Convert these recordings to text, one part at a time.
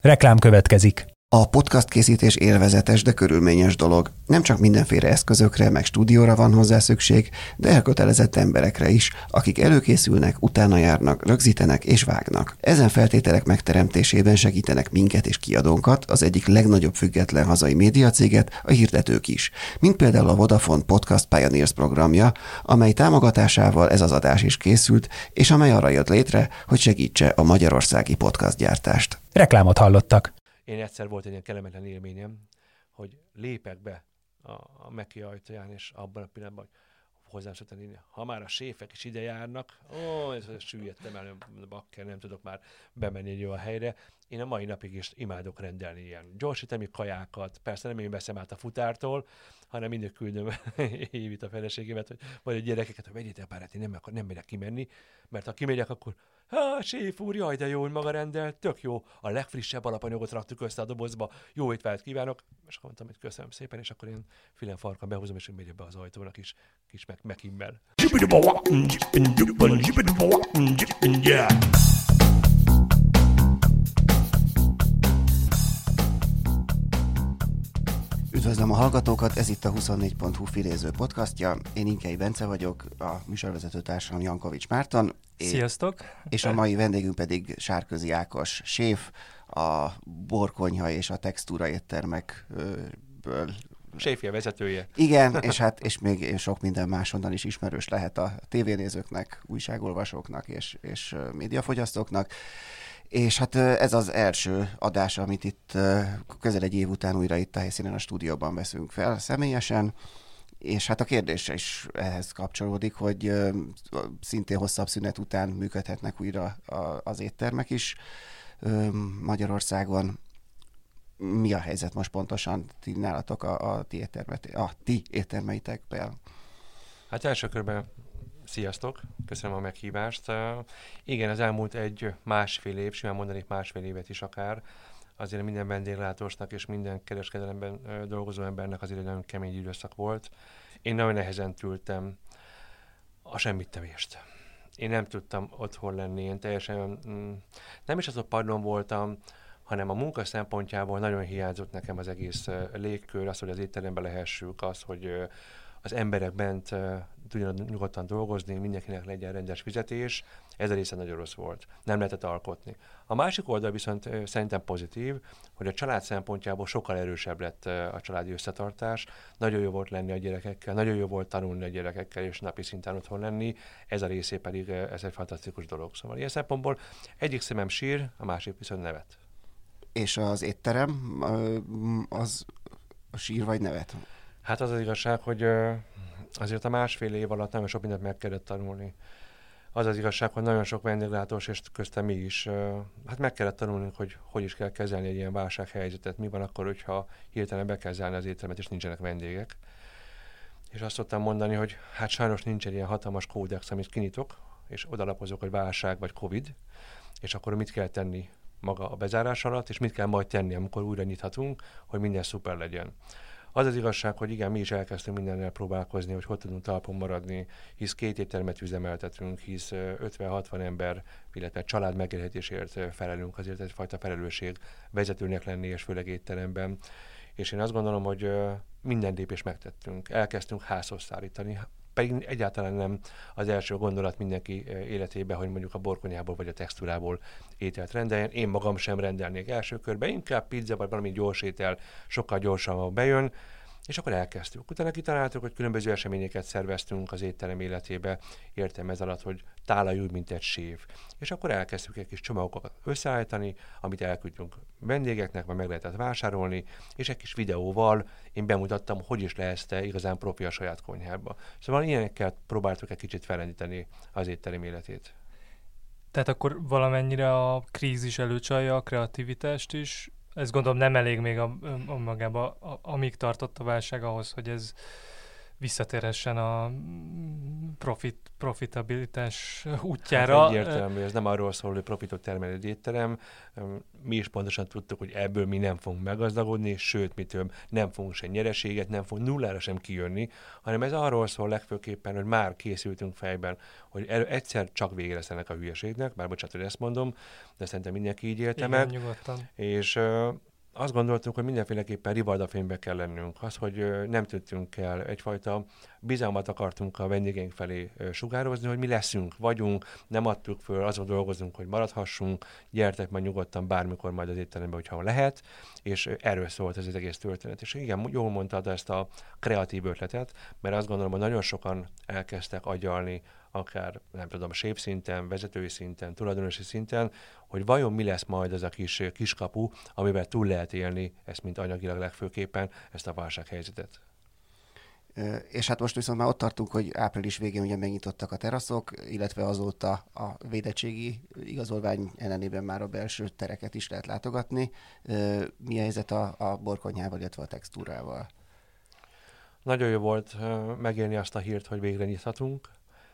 Reklám következik. A podcast készítés élvezetes, de körülményes dolog. Nem csak mindenféle eszközökre, meg stúdióra van hozzá szükség, de elkötelezett emberekre is, akik előkészülnek, utána járnak, rögzítenek és vágnak. Ezen feltételek megteremtésében segítenek minket és kiadónkat, az egyik legnagyobb független hazai médiacéget, a hirdetők is. Mint például a Vodafone Podcast Pioneers programja, amely támogatásával ez az adás is készült, és amely arra jött létre, hogy segítse a magyarországi podcastgyártást. Reklámot hallottak. Én egyszer volt egy ilyen kellemetlen élményem, hogy lépek be a Meki ajtaján, és abban a pillanatban, hogy hozzám szoktam írni, ha már a séfek is ide járnak, süllyedtem el, bakker, nem tudok már bemenni egy olyan helyre. Én a mai napig is imádok rendelni ilyen gyorsítani kajákat, persze nem én veszem át a futártól, hanem mindig küldöm Évit, a feleségémet, vagy a gyerekeket, hogy vegyétek pár, én nem megyek kimenni, mert ha kimegyek, akkor séf úr, jaj, de jó, hogy maga rendel, tök jó, a legfrissebb alapanyagot raktuk össze a dobozba, jó étvágyat kívánok, és akkor mondtam, hogy köszönöm szépen, és akkor én filen farkan behúzom, és megyek be az ajtónak kis mekimmel. Üdvözlöm a hallgatókat, ez itt a 24.hu filéző podcastja. Én Inkei Bence vagyok, a műsorvezető társam Jankovics Márton. Sziasztok! És a mai vendégünk pedig Sárközi Ákos séf, a Borkonyha és a Textúra éttermekből. Séfje vezetője. Igen, és még sok minden máshonnan is ismerős lehet a tévénézőknek, újságolvasóknak és médiafogyasztóknak. És hát ez az első adás, amit itt közel egy év után újra itt a helyszínen a stúdióban veszünk fel személyesen, és hát a kérdés is ehhez kapcsolódik, hogy szintén hosszabb szünet után működhetnek újra az éttermek is Magyarországon. Mi a helyzet most pontosan nálatok a ti éttermeitekben? Hát első körben sziasztok, köszönöm a meghívást. Igen, az elmúlt másfél év, simán mondanék másfél évet is akár, azért minden vendéglátósnak és minden kereskedelemben dolgozó embernek azért egy nagyon kemény időszak volt. Én nagyon nehezen tűrtem a semmittevést. Én nem tudtam otthon lenni, én teljesen nem is az a padlón voltam, hanem a munka szempontjából nagyon hiányzott nekem az egész légkör, az, hogy az étterembe lehessük, az, hogy az emberek bent tudjanak nyugodtan dolgozni, mindenkinek legyen rendes fizetés, ez a része nagyon rossz volt. Nem lehetett alkotni. A másik oldal viszont szerintem pozitív, hogy a család szempontjából sokkal erősebb lett a családi összetartás. Nagyon jó volt lenni a gyerekekkel, nagyon jó volt tanulni a gyerekekkel, és napi szinten otthon lenni. Ez a részé pedig ez egy fantasztikus dolog. Szóval ilyen szempontból egyik szemem sír, a másik viszont nevet. És az étterem az sír vagy nevet? Hát az az igazság, hogy azért a másfél év alatt nagyon sok mindent meg kellett tanulni. Az az igazság, hogy nagyon sok vendéglátós, és köztem mi is, hát meg kellett tanulni, hogy is kell kezelni egy ilyen válsághelyzetet. Mi van akkor, hogyha hirtelen be kell zárni az éttermet, és nincsenek vendégek. És azt szoktam mondani, hogy hát sajnos nincs egy ilyen hatalmas kódex, amit kinyitok, és odalapozok, hogy válság vagy Covid, és akkor mit kell tenni maga a bezárás alatt, és mit kell majd tenni, amikor újra nyithatunk, hogy minden szuper legyen. Az az igazság, hogy igen, mi is elkezdtünk mindennel próbálkozni, hogy tudunk talpon maradni, hisz 2 éttermet üzemeltetünk, hisz 50-60 ember, illetve család megélhetésért felelünk, azért egyfajta felelősség vezetőnek lenni, és főleg étteremben. És én azt gondolom, hogy minden lépést megtettünk. Elkezdtünk házhoz szállítani, pedig egyáltalán nem az első gondolat mindenki életében, hogy mondjuk a Borkonyhából vagy a Textúrából ételt rendeljen. Én magam sem rendelnék első körben, inkább pizza vagy valami gyors étel sokkal gyorsabban bejön, és akkor elkezdtük. Utána kitaláltuk, hogy különböző eseményeket szerveztünk az étterem életébe, értem ez alatt, hogy tálaj úgy, mint egy séf. És akkor elkezdtük egy kis csomagokat összeállítani, amit elküldtünk vendégeknek, vagy meg lehetett vásárolni, és egy kis videóval én bemutattam, hogy is lehet igazán profi a saját konyhába. Szóval ilyenekkel próbáltuk egy kicsit fellendíteni az étterem életét. Tehát akkor valamennyire a krízis előcsalja a kreativitást is. Ez gondolom nem elég még magába, amíg tartott a válság ahhoz, hogy ez visszatérhessen a profitabilitás útjára. Hát egyértelmű, ez nem arról szól, hogy profitot termel egy étterem. Mi is pontosan tudtuk, hogy ebből mi nem fogunk meggazdagodni, sőt, mi több, nem fogunk se nyereséget, nem fogunk nullára sem kijönni, hanem ez arról szól legfőképpen, hogy már készültünk fejben, hogy egyszer csak vége lesz ennek a hülyeségnek, bár bocsánat, hogy ezt mondom, de szerintem mindenki így élte meg. Nyugodtan. És azt gondoltunk, hogy mindenféleképpen rivaldafénybe kell lennünk. Az, hogy nem tudtunk el, egyfajta bizalmat akartunk a vendégeink felé sugározni, hogy mi leszünk, vagyunk, nem adtuk föl, azon dolgozunk, hogy maradhassunk, gyertek majd nyugodtan bármikor majd az étterembe, hogyha lehet, és erről szólt ez az egész történet. És igen, jól mondtad ezt a kreatív ötletet, mert azt gondolom, hogy nagyon sokan elkezdtek agyalni, akár, nem tudom, séf szinten, vezetői szinten, tulajdonosi szinten, hogy vajon mi lesz majd az a kiskapu, amivel túl lehet élni, ezt mint anyagilag legfőképpen, ezt a válsághelyzetet. És hát most viszont már ott tartunk, hogy április végén ugye megnyitottak a teraszok, illetve azóta a védettségi igazolvány ellenében már a belső tereket is lehet látogatni. Mi a helyzet a borkonyhával, illetve a textúrával? Nagyon jó volt megélni azt a hírt, hogy végre nyithatunk,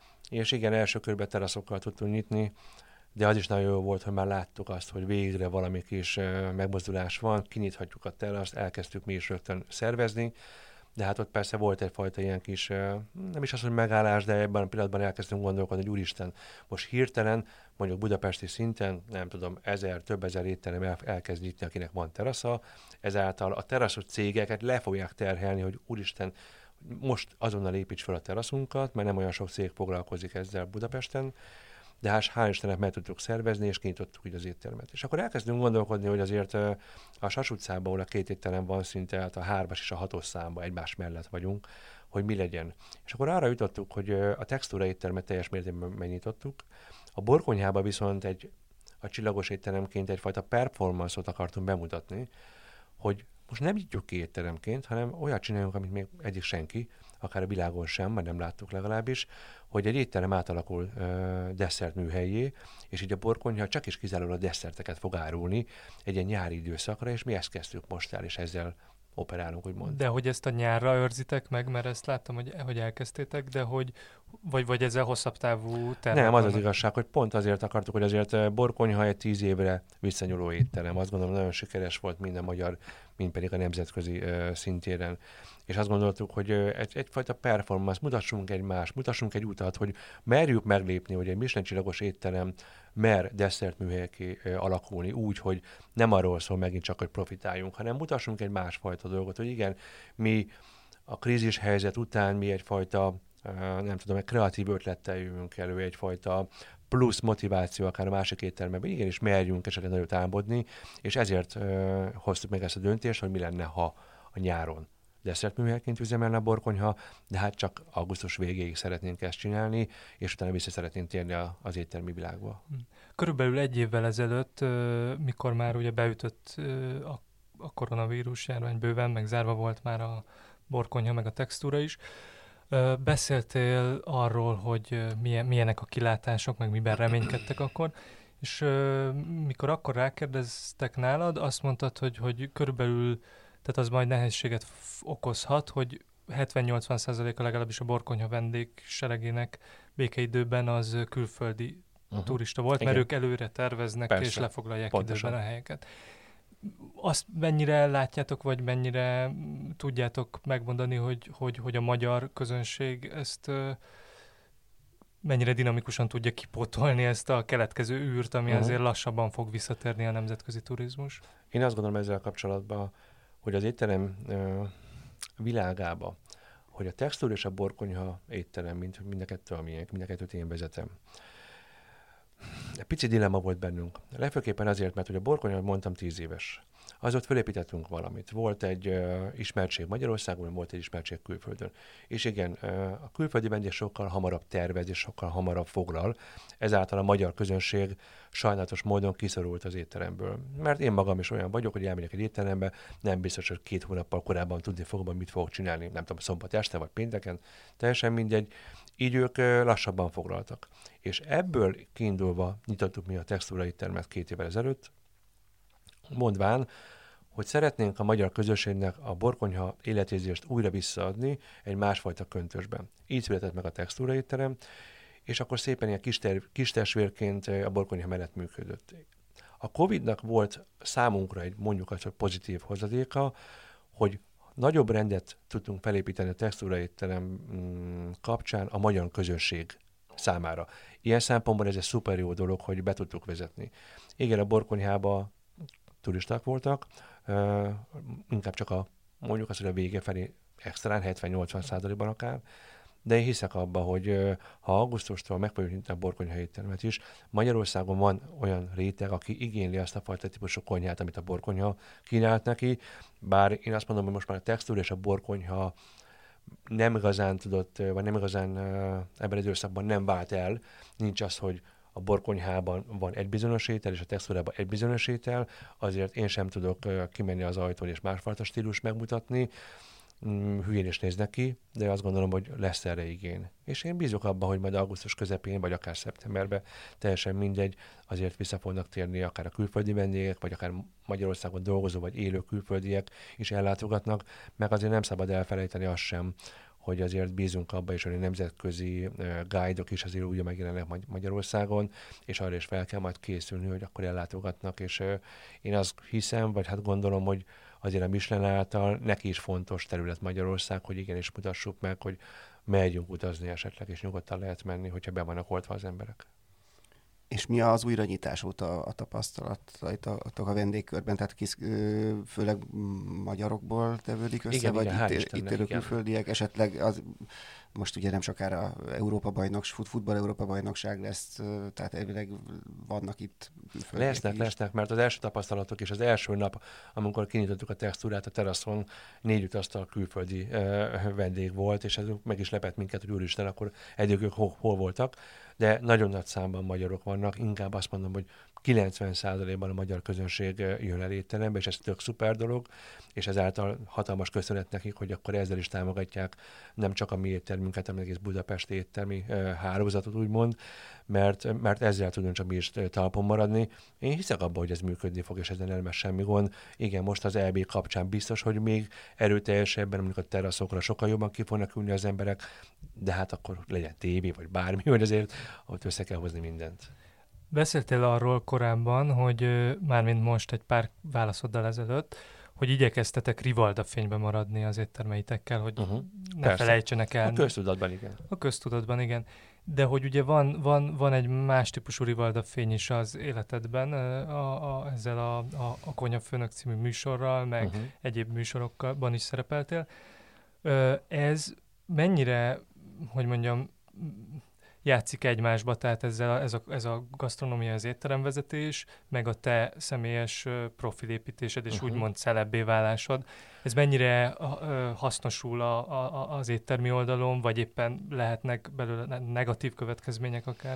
és igen, első körben teraszokkal tudtunk nyitni, de az is nagyon jó volt, hogy már láttuk azt, hogy végre valami kis megmozdulás van, kinyithatjuk a teraszt, elkezdtük mi is rögtön szervezni, de hát ott persze volt egyfajta ilyen kis, nem is az, hogy megállás, de ebben a pillanatban elkezdtünk gondolkodni, hogy úristen, most hirtelen, mondjuk budapesti szinten, nem tudom, több ezer étterem elkezd nyitni, akinek van terasza, ezáltal a teraszos cégeket le fogják terhelni, hogy úristen, most azonnal építs fel a teraszunkat, mert nem olyan sok cég foglalkozik ezzel Budapesten, de hát hál' Istennek meg tudtuk szervezni, és kinyitottuk így az éttermet. És akkor elkezdünk gondolkodni, hogy azért a Sas utcában, ahol a két étterem van szinte, hát a 3-as és a 6-os számban egymás mellett vagyunk, hogy mi legyen. És akkor arra jutottuk, hogy a textúra éttermet teljes mértékben megnyitottuk. A borkonyhába viszont a csillagos étteremként egyfajta performance-ot akartunk bemutatni, hogy most nem nyitjuk ki étteremként, hanem olyat csináljunk, amit még eddig senki, akár a világon sem, mert nem láttuk legalábbis, hogy egy étterem átalakul desszert műhelyé, és így a borkonyha csak is kizárólag a desszerteket fog árulni egy ilyen nyári időszakra, és mi ezt kezdtük most el, és ezzel operálunk, úgymond. De hogy ezt a nyárra őrzitek meg, mert ezt láttam, hogy elkezdtétek, de hogy vagy ezzel hosszabb távú tervek? Nem, az az igazság, hogy pont azért akartuk, hogy azért borkonyha egy 10 évre visszanyúló étterem. Azt gondolom, nagyon sikeres volt minden magyar, mind pedig a nemzetközi szintéren. És azt gondoltuk, hogy egyfajta performance, mutassunk mutassunk egy utat, hogy merjük meglépni, hogy egy Michelin-csillagos étterem mer desszertműhelyeké alakulni úgy, hogy nem arról szól megint csak, hogy profitáljunk, hanem mutassunk egy másfajta dolgot, hogy igen, mi a krízis helyzet után mi egyfajta, nem tudom, egy kreatív ötlettel jövünk elő, egyfajta plusz motiváció akár a másik éttermekben, igenis merjünk esetleg nagyot álmodni, és ezért hoztuk meg ezt a döntést, hogy mi lenne, ha a nyáron desszertműhelyként üzemelne a borkonyha, de hát csak augusztus végéig szeretnénk ezt csinálni, és utána vissza szeretnénk térni az éttermi világba. Körülbelül 1 évvel ezelőtt, mikor már ugye beütött a koronavírus járvány bőven, meg zárva volt már a borkonyha, meg a textúra is, beszéltél arról, hogy milyenek a kilátások, meg miben reménykedtek akkor, és mikor akkor rákérdeztek nálad, azt mondtad, hogy körülbelül, tehát az majd nehézséget okozhat, hogy 70-80%-a legalábbis a borkonyha vendégseregének békeidőben az külföldi turista volt, mert ők előre terveznek, persze, és lefoglalják pontosan időben a helyeket. Azt mennyire látjátok, vagy mennyire tudjátok megmondani, hogy a magyar közönség ezt mennyire dinamikusan tudja kipótolni ezt a keletkező űrt, ami azért lassabban fog visszatérni a nemzetközi turizmus? Én azt gondolom ezzel kapcsolatban, hogy az étterem világába, hogy a textúra és a borkonyha étterem, mint mind a kettő, amilyen, mind a kettőt én vezetem. Egy pici dilemma volt bennünk. Legfőképpen azért, mert hogy a borkonyha, mondtam, 10 éves. Az ott fölépítettünk valamit. Volt egy ismertség Magyarországon, volt egy ismertség külföldön. És igen, a külföldi vendég sokkal hamarabb tervez és sokkal hamarabb foglal. Ezáltal a magyar közönség sajnálatos módon kiszorult az étteremből. Mert én magam is olyan vagyok, hogy elmegyek egy étterembe, nem biztos, hogy 2 hónappal korábban tudni fogom, mit fogok csinálni, nem tudom, szombat este vagy pénteken, teljesen mindegy. Így ők lassabban foglaltak. És ebből kiindulva nyitottuk mi a textúra éttermet 2 évvel ezelőtt, mondván, hogy szeretnénk a magyar közösségnek a borkonyha életérzést újra visszaadni egy másfajta köntösben. Így született meg a Textúra étterem, és akkor szépen ilyen kistestvérként a borkonyha mellett működött. A Covid-nak volt számunkra egy mondjuk azt, hogy pozitív hozadéka, hogy nagyobb rendet tudtunk felépíteni a Textúra étterem kapcsán a magyar közösség számára. Ilyen szempontból ez egy szuper jó dolog, hogy be tudtuk vezetni. Igen, a borkonyhába turisták voltak, inkább csak mondjuk azt, hogy a vége felé extrán, 70-80%-ban akár, de én hiszek abba, hogy ha augusztustól meg fogjuk nyitni a borkonyha éttermet is, Magyarországon van olyan réteg, aki igényli azt a fajta típusú konyhát, amit a borkonyha kínált neki, bár én azt mondom, hogy most már a Textúra és a borkonyha nem igazán tudott, vagy nem igazán ebben az időszakban nem vált el. Nincs az, hogy a borkonyhában van egy bizonyos étel, és a Textúrában egy bizonyos étel, azért én sem tudok kimenni az ajtón és másfajta stílus megmutatni. Hülyén is néznek ki, de azt gondolom, hogy lesz erre igény. És én bízok abban, hogy majd augusztus közepén, vagy akár szeptemberben, teljesen mindegy, azért vissza fognak térni akár a külföldi vendégek, vagy akár Magyarországon dolgozó, vagy élő külföldiek is ellátogatnak, meg azért nem szabad elfelejteni azt sem, hogy azért bízunk abba is, hogy a nemzetközi guide-ok is azért újra megjelennek Magyarországon, és arra is fel kell majd készülni, hogy akkor ellátogatnak, és én azt hiszem, vagy hát gondolom, hogy azért a Michelin által neki is fontos terület Magyarország, hogy igenis mutassuk meg, hogy megyünk utazni esetleg, és nyugodtan lehet menni, hogyha be vannak oltva az emberek. És mi az újranyitás óta a tapasztalatok a vendégkörben? Tehát főleg magyarokból tevődik össze, igen, vagy igen, itt élő külföldiek? Esetleg most ugye nem sokára futball Európa bajnokság lesz, tehát elvileg vannak itt külföldiek Lesznek, mert az első tapasztalatok és az első nap, amikor kinyitottuk a Textúrát a teraszon, 4 asztal külföldi vendég volt, és ez meg is lepett minket, hogy úristen, akkor egyikük hol voltak, de nagyon nagy számban magyarok vannak, inkább azt mondom, hogy 90%-ban a magyar közönség jön el étterembe, és ez tök szuper dolog, és ezáltal hatalmas köszönet nekik, hogy akkor ezzel is támogatják nem csak a mi éttermünket, hanem egész budapesti éttermi hálózatot úgymond, mert ezzel tudunk csak mi is talpon maradni. Én hiszek abban, hogy ez működni fog, és ezen nem lesz semmi gond. Igen, most az EB kapcsán biztos, hogy még erőteljesebben, mondjuk a teraszokra sokkal jobban ki fognak ülni az emberek, de hát akkor legyen tévé, vagy bármi, hogy azért ott össze kell hozni mindent. Beszéltél arról korábban, hogy mármint most egy pár válaszoddal ezelőtt, hogy igyekeztetek Rivalda fénybe maradni az éttermeitekkel, hogy ne felejtsenek el. A köztudatban igen. A köztudatban igen. De hogy ugye van egy más típusú Rivalda fény is az életedben, ezzel a Konyhafőnök című műsorral, meg egyéb műsorokban is szerepeltél. Ez mennyire, hogy mondjam, játszik egymásba, tehát ez a gasztronómia, az étteremvezetés, meg a te személyes profilépítésed és úgymond celebbé válásod. Ez mennyire hasznosul az éttermi oldalon, vagy éppen lehetnek belőle negatív következmények akár?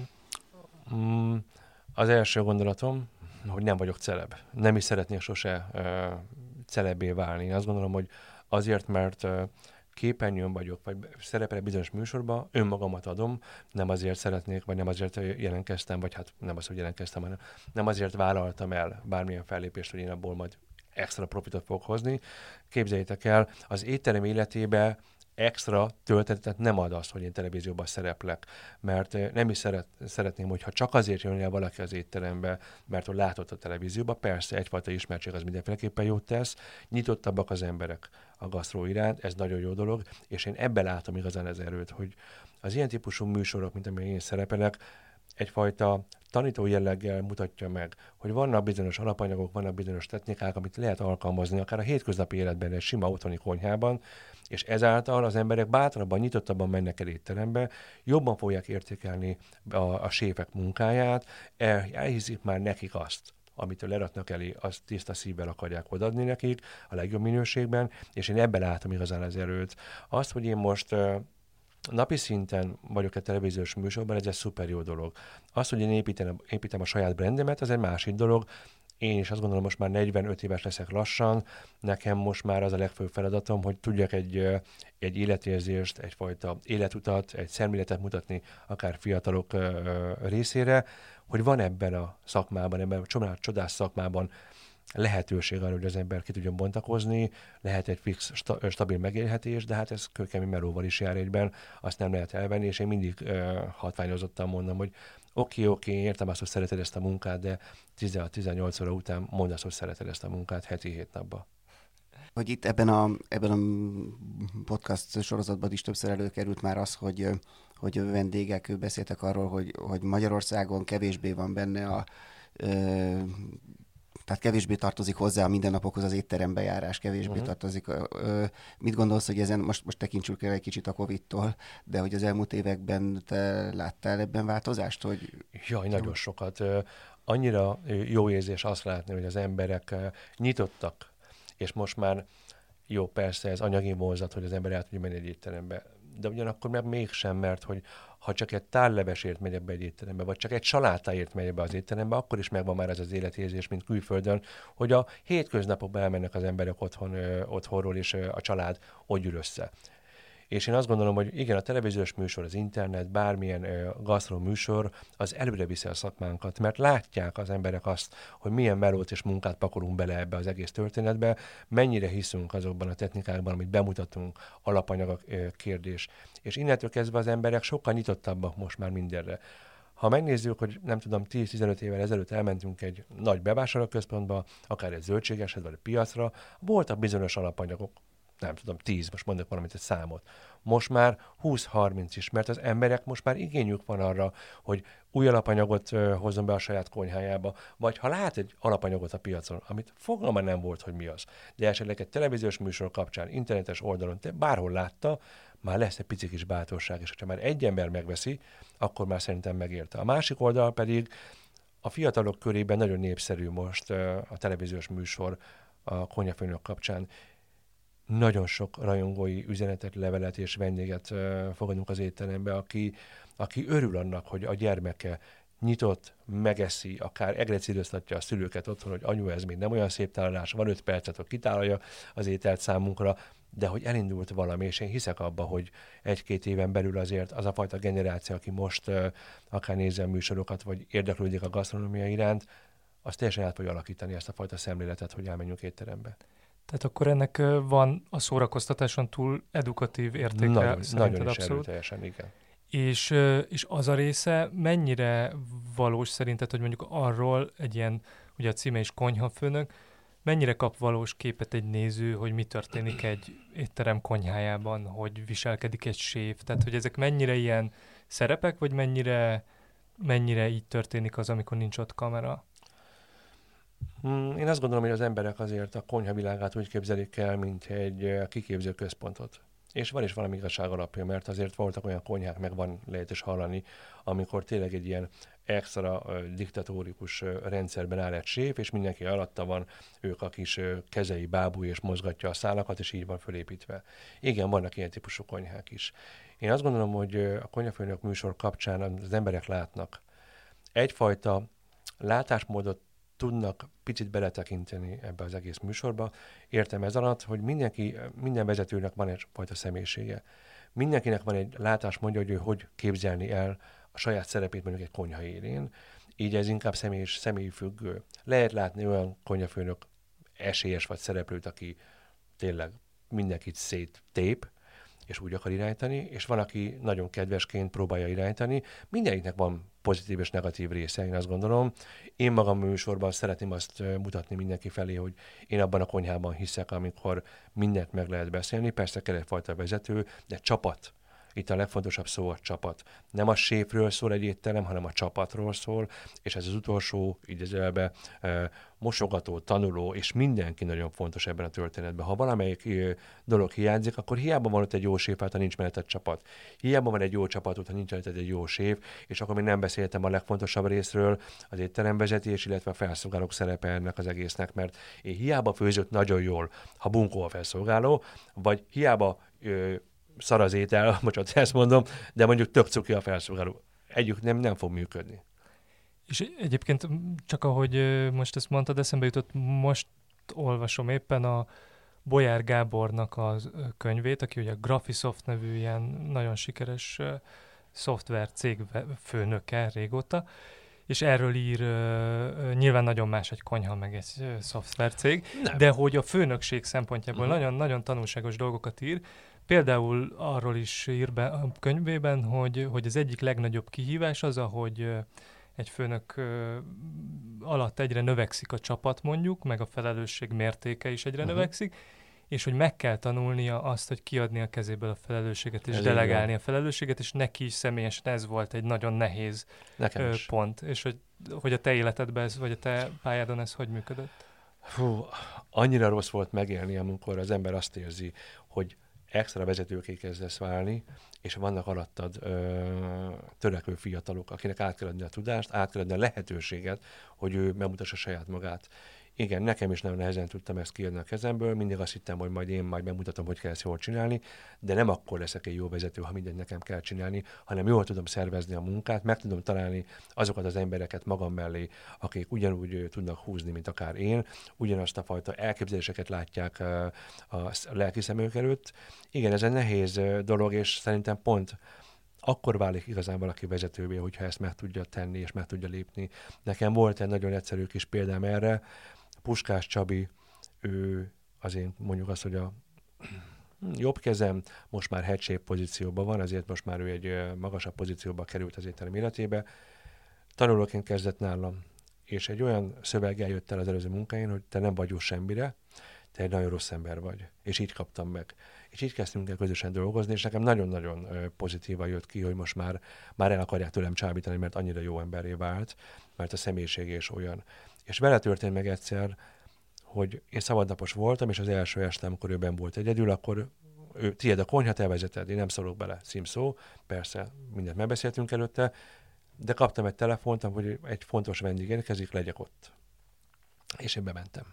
Az első gondolatom, hogy nem vagyok celeb. Nem is szeretnék sose celebbé válni. Én azt gondolom, hogy azért, mert képernyőn vagyok, vagy szerepel bizonyos műsorban, önmagamat adom, nem azért szeretnék, vagy nem azért jelentkeztem, vagy hát nem az, hogy jelentkeztem, hanem nem azért vállaltam el bármilyen fellépést, hogy én abból majd extra profitot fogok hozni. Képzeljétek el, az étterem életébe extra töltetet nem ad azt, hogy én televízióban szereplek, mert nem is szeretném, hogyha csak azért jön el valaki az étterembe, mert hogy látott a televízióban, persze egyfajta ismertség az mindenféleképpen jót tesz, nyitottabbak az emberek a gasztró iránt, ez nagyon jó dolog, és én ebben látom igazán az erőt, hogy az ilyen típusú műsorok, mint amilyen én szerepelek, egyfajta tanító jelleggel mutatja meg, hogy vannak bizonyos alapanyagok, vannak bizonyos technikák, amit lehet alkalmazni, akár a hétköznapi életben, egy sima otthoni konyhában, és ezáltal az emberek bátrabban, nyitottabban mennek el étterembe, jobban fogják értékelni a séfek munkáját, elhiszik már nekik azt, amitől leraknak elé, azt tiszta szívvel akarják odaadni nekik, a legjobb minőségben, és én ebben látom igazán az erőt. Azt, hogy én most napi szinten vagyok egy televíziós műsorban, ez egy szuper jó dolog. Az, hogy én építem a saját brandemet, az egy másik dolog. Én is azt gondolom, most már 45 éves leszek lassan, nekem most már az a legfőbb feladatom, hogy tudjak egy életérzést, egyfajta életutat, egy szemléletet mutatni akár fiatalok részére, hogy van ebben a szakmában, ebben a csodás szakmában lehetőség arra, hogy az ember ki tudjon bontakozni, lehet egy fix, stabil megélhetés, de hát ez kőkemény melóval is jár egyben, azt nem lehet elvenni, és én mindig hatványozottan mondom, hogy oké, értem azt, hogy szereted ezt a munkát, de 16-18 óra után mondd azt, hogy szereted ezt a munkát heti 7 napban. Hogy itt ebben a podcast sorozatban is többször előkerült már az, hogy vendégek beszéltek arról, hogy Magyarországon kevésbé van benne tehát kevésbé tartozik hozzá a mindennapokhoz az étterembe járás, kevésbé tartozik. Mit gondolsz, hogy ezen, most tekintsük el egy kicsit a Covid-tól, de hogy az elmúlt években te láttál ebben változást? Jaj, nagyon sokat. Annyira jó érzés azt látni, hogy az emberek nyitottak, és most már jó, persze ez anyagi vonzat, hogy az ember el tudja menni egy étterembe, de ugyanakkor meg mégsem, mert hogy ha csak egy tálllevesért megy ebbe egy étterembe, vagy csak egy salátáért megy ebbe az étterembe, akkor is megvan már ez az életérzés, mint külföldön, hogy a hétköznapokban elmennek az emberek otthonról, és a család ott gyűl össze. És én azt gondolom, hogy igen, a televíziós műsor, az internet, bármilyen gasztró műsor, az előre viszi a szakmánkat, mert látják az emberek azt, hogy milyen melót és munkát pakolunk bele ebbe az egész történetbe, mennyire hiszünk azokban a technikákban, amit bemutatunk, alapanyag kérdés. És innentől kezdve az emberek sokkal nyitottabbak most már mindenre. Ha megnézzük, hogy nem tudom, 10-15 évvel ezelőtt elmentünk egy nagy bevásárlóközpontba, akár egy zöldségeshez, vagy egy piacra, voltak bizonyos alapanyagok, nem tudom, 10, most mondok valamit, egy számot. Most már 20-30 is, mert az emberek most már igényük van arra, hogy új alapanyagot hozzon be a saját konyhájába, vagy ha lát egy alapanyagot a piacon, amit fogalma nem volt, hogy mi az, de esetleg egy televíziós műsor kapcsán, internetes oldalon, te bárhol látta, már lesz egy pici kis bátorság, és ha már egy ember megveszi, akkor már szerintem megérte. A másik oldal pedig a fiatalok körében nagyon népszerű most a televíziós műsor a konyhafőnök kapcsán. Nagyon sok rajongói üzenetet, levelet és vendéget fogadunk az étterembe, aki örül annak, hogy a gyermeke nyitott, megeszi, akár egrecidőztatja a szülőket otthon, hogy anyu, ez még nem olyan szép tálalás, van 5 percet, hogy kitállalja az ételt számunkra, de hogy elindult valami, és én hiszek abba, hogy 1-2 éven belül azért az a fajta generáció, aki most akár nézze a műsorokat, vagy érdeklődik a gasztronómia iránt, az teljesen át fogja alakítani ezt a fajta szemléletet, hogy elmenjünk étterembe. Tehát akkor ennek van a szórakoztatáson túl edukatív értéke? Nagyon is abszolút erőteljesen, igen. És az a része mennyire valós szerinted, hogy mondjuk arról egy ilyen, ugye a címe is konyhafőnök, mennyire kap valós képet egy néző, hogy mi történik egy étterem konyhájában, hogy viselkedik egy séf, tehát hogy ezek mennyire ilyen szerepek, vagy mennyire így történik az, amikor nincs ott kamera? Én azt gondolom, hogy az emberek azért a konyhavilágát úgy képzelik el, mint egy kiképző központot. És van is valami igazság alapja, mert azért voltak olyan konyhák, meg van lehet is hallani, amikor tényleg egy ilyen extra diktatórikus rendszerben áll egy séf, és mindenki alatta van, ők a kis kezei bábúj, és mozgatja a szálakat, és így van fölépítve. Igen, vannak ilyen típusú konyhák is. Én azt gondolom, hogy a konyhafőnök műsor kapcsán az emberek látnak egyfajta látásmódot, tudnak picit beletekinteni ebbe az egész műsorba. Értem ez alatt, hogy minden vezetőnek van egyfajta személyisége. Mindenkinek van egy látásmódja, hogy ő hogy képzelni el a saját szerepét mondjuk egy konyha élén. Így ez inkább személyi függő. Lehet látni olyan konyhafőnök esélyes vagy szereplőt, aki tényleg mindenkit széttép, és úgy akar irányítani, és van, aki nagyon kedvesként próbálja irányítani. Mindeniknek van pozitív és negatív része, én azt gondolom. Én magam műsorban szeretném azt mutatni mindenki felé, hogy én abban a konyhában hiszek, amikor mindent meg lehet beszélni. Persze kell egyfajta vezető, de csapat. Itt a legfontosabb szó a csapat. Nem a séfről szól egy étterem, hanem a csapatról szól, és ez az utolsó, idézőjelben, mosogató, tanuló, és mindenki nagyon fontos ebben a történetben. Ha valamelyik dolog hiányzik, akkor hiába van ott egy jó séf, ha nincs mellett egy csapat. Hiába van egy jó csapat, ha nincs mellett egy jó séf, és akkor még nem beszéltem a legfontosabb részről, az étteremvezetés, illetve a felszolgálók szerepe ennek az egésznek, mert én hiába főzött nagyon jól, ha bunkó a felszolgáló, vagy hiába szar az étel, bocsánat, ezt mondom, de mondjuk tök cuki a felszolgáló. Együtt nem fog működni. És egyébként csak ahogy most ezt mondtad, eszembe jutott, most olvasom éppen a Bolyár Gábornak a könyvét, aki ugye a Graphisoft nevű ilyen nagyon sikeres szoftver cég főnöke régóta, és erről ír, nyilván nagyon más egy konyha, meg egy szoftvercég, Nem. de hogy a főnökség szempontjából Uh-huh. nagyon-nagyon tanulságos dolgokat ír. Például arról is ír be a könyvében, hogy az egyik legnagyobb kihívás az, ahogy egy főnök alatt egyre növekszik a csapat mondjuk, meg a felelősség mértéke is egyre növekszik, és hogy meg kell tanulnia azt, hogy kiadni a kezéből a felelősséget, és Ez delegálni a felelősséget, és neki is személyesen ez volt egy nagyon nehéz Nekem is. pont. És hogy a te életedben ez, vagy a te pályádon ez hogy működött? Fú, annyira rossz volt megélni, amikor az ember azt érzi, hogy extra vezetőké kezdesz válni, és vannak alattad törekvő fiatalok, akinek át kell adni a tudást, át kell adni a lehetőséget, hogy ő megmutassa saját magát. Igen, nekem is nagyon nehezen tudtam ezt kiadni a kezemből, mindig azt hittem, hogy majd én megmutatom, hogy kell ezt jól csinálni, de nem akkor leszek egy jó vezető, ha mindent nekem kell csinálni, hanem jól tudom szervezni a munkát, meg tudom találni azokat az embereket magam mellé, akik ugyanúgy tudnak húzni, mint akár én, ugyanazt a fajta elképzeléseket látják a lelki szemük előtt. Igen, ez egy nehéz dolog, és szerintem pont akkor válik igazán valaki vezetővé, hogyha ezt meg tudja tenni, és meg tudja lépni. Nekem volt egy nagyon egyszerű kis példám erre. Puskás Csabi, ő azért mondjuk azt, hogy a jobb kezem most már headshape pozícióban van, azért most már ő egy magasabb pozícióba került az étterem életébe. Tanulóként kezdett nálam, és egy olyan szöveggel jött el az előző munkáin, hogy te nem vagy jó semmire, te egy nagyon rossz ember vagy. És így kaptam meg. És így kezdtünk el közösen dolgozni, és nekem nagyon-nagyon pozitívan jött ki, hogy most már el akarják tőlem csábítani, mert annyira jó emberré vált, mert a személyiség is olyan. És vele történt meg egyszer, hogy én szabadnapos voltam, és az első este, amikor ő benn volt egyedül, akkor ő, tiéd a konyha, te vezeted, én nem szólok bele, címszó, persze mindent megbeszéltünk előtte, de kaptam egy telefont, hogy egy fontos vendég érkezik, legyek ott. És én bementem.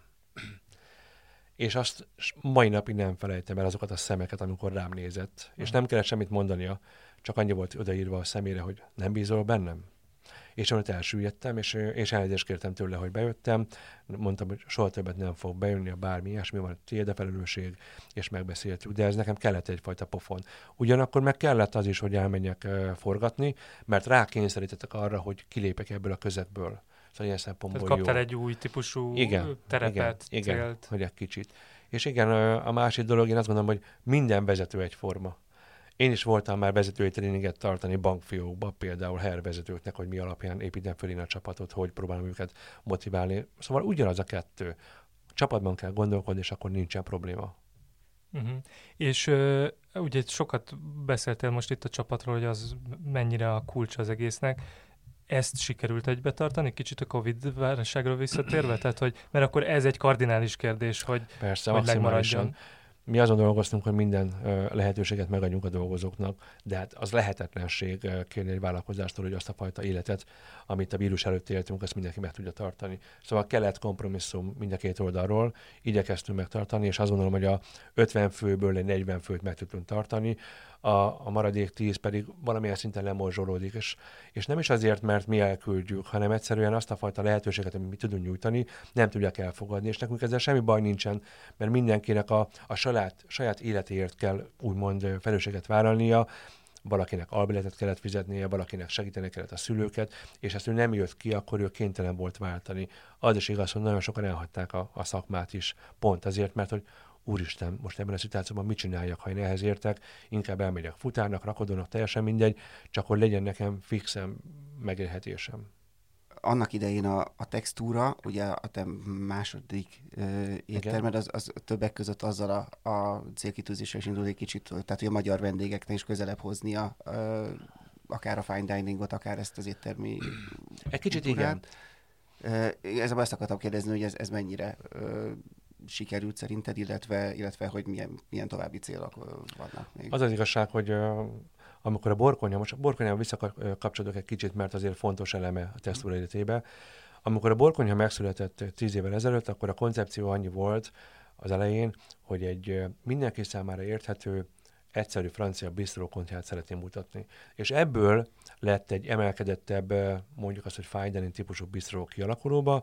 És azt mai napig nem felejtem el azokat a szemeket, amikor rám nézett. És nem kellett semmit mondania, csak annyi volt odaírva a szemére, hogy nem bízol bennem. És ott elsüllyedtem, és elnézést kértem tőle, hogy bejöttem. Mondtam, hogy soha többet nem fog bejönni, a bármi ilyesmi van, tiéd a felelősség, és megbeszéltük. De ez nekem kellett egyfajta pofon. Ugyanakkor meg kellett az is, hogy elmenjek forgatni, mert rákényszerítettek arra, hogy kilépek ebből a közegből. Szóval ilyen szempontból Tehát kaptál jó. egy új típusú Igen, terepet, célt. hogy egy kicsit. És igen, a másik dolog, én azt gondolom, hogy minden vezető egyforma. Én is voltam már vezetői tréninget tartani bankfiókba, például HR vezetőknek, hogy mi alapján építem föl én a csapatot, hogy próbálom őket motiválni. Szóval ugyanaz a kettő. Csapatban kell gondolkodni, és akkor nincsen probléma. Uh-huh. És ugye sokat beszéltél most itt a csapatról, hogy az mennyire a kulcs az egésznek. Ezt sikerült egybe tartani? Kicsit a Covid-válságról visszatérve? Tehát, hogy, mert akkor ez egy kardinális kérdés, hogy, persze, hogy maximálisan. megmaradjon. Mi azon dolgoztunk, hogy minden lehetőséget megadjunk a dolgozóknak, de hát az lehetetlenség kérni egy vállalkozástól, hogy azt a fajta életet, amit a vírus előtt éltünk, azt mindenki meg tudja tartani. Szóval kellett kompromisszum mind a két oldalról, igyekeztünk megtartani, és azt gondolom, hogy a 50 főből egy 40 főt meg tudtunk tartani, a maradék 10 pedig valamilyen szinten lemorzsolódik, és nem is azért, mert mi elküldjük, hanem egyszerűen azt a fajta lehetőséget, amit mi tudunk nyújtani, nem tudják elfogadni, és nekünk ezzel semmi baj nincsen, mert mindenkinek a saját életéért kell úgymond felelősséget vállalnia, valakinek albiletet kellett fizetnie, valakinek segíteni kellett a szülőket, és ezt ő nem jött ki, akkor ő kénytelen volt váltani. Az is igaz, hogy nagyon sokan elhagyták a szakmát is, pont azért, mert hogy úristen, most ebben a szituációban mit csináljak, ha én ehhez értek, inkább elmegyek futárnak, rakodónak, teljesen mindegy, csak hogy legyen nekem fixem megélhetésem. Annak idején a textúra, ugye a te második éttermed, az többek között azzal a célkitűzéssel is indul egy kicsit, tehát hogy a magyar vendégeknek is közelebb hoznia akár a fine diningot, akár ezt az éttermi egy kicsit kultúrát. Igen. Ezzel azt akartam kérdezni, hogy ez mennyire sikerült szerinted, illetve hogy milyen további célok vannak még. Az az igazság, hogy amikor a borkonyhával visszakapcsolódok egy kicsit, mert azért fontos eleme a textúra életébe. Amikor a borkonyha megszületett 10 évvel ezelőtt, akkor a koncepció annyi volt az elején, hogy egy mindenki számára érthető, egyszerű francia bistrókonyhát szeretném mutatni. És ebből lett egy emelkedettebb, mondjuk azt, hogy fine dining típusú bistró kialakulóba,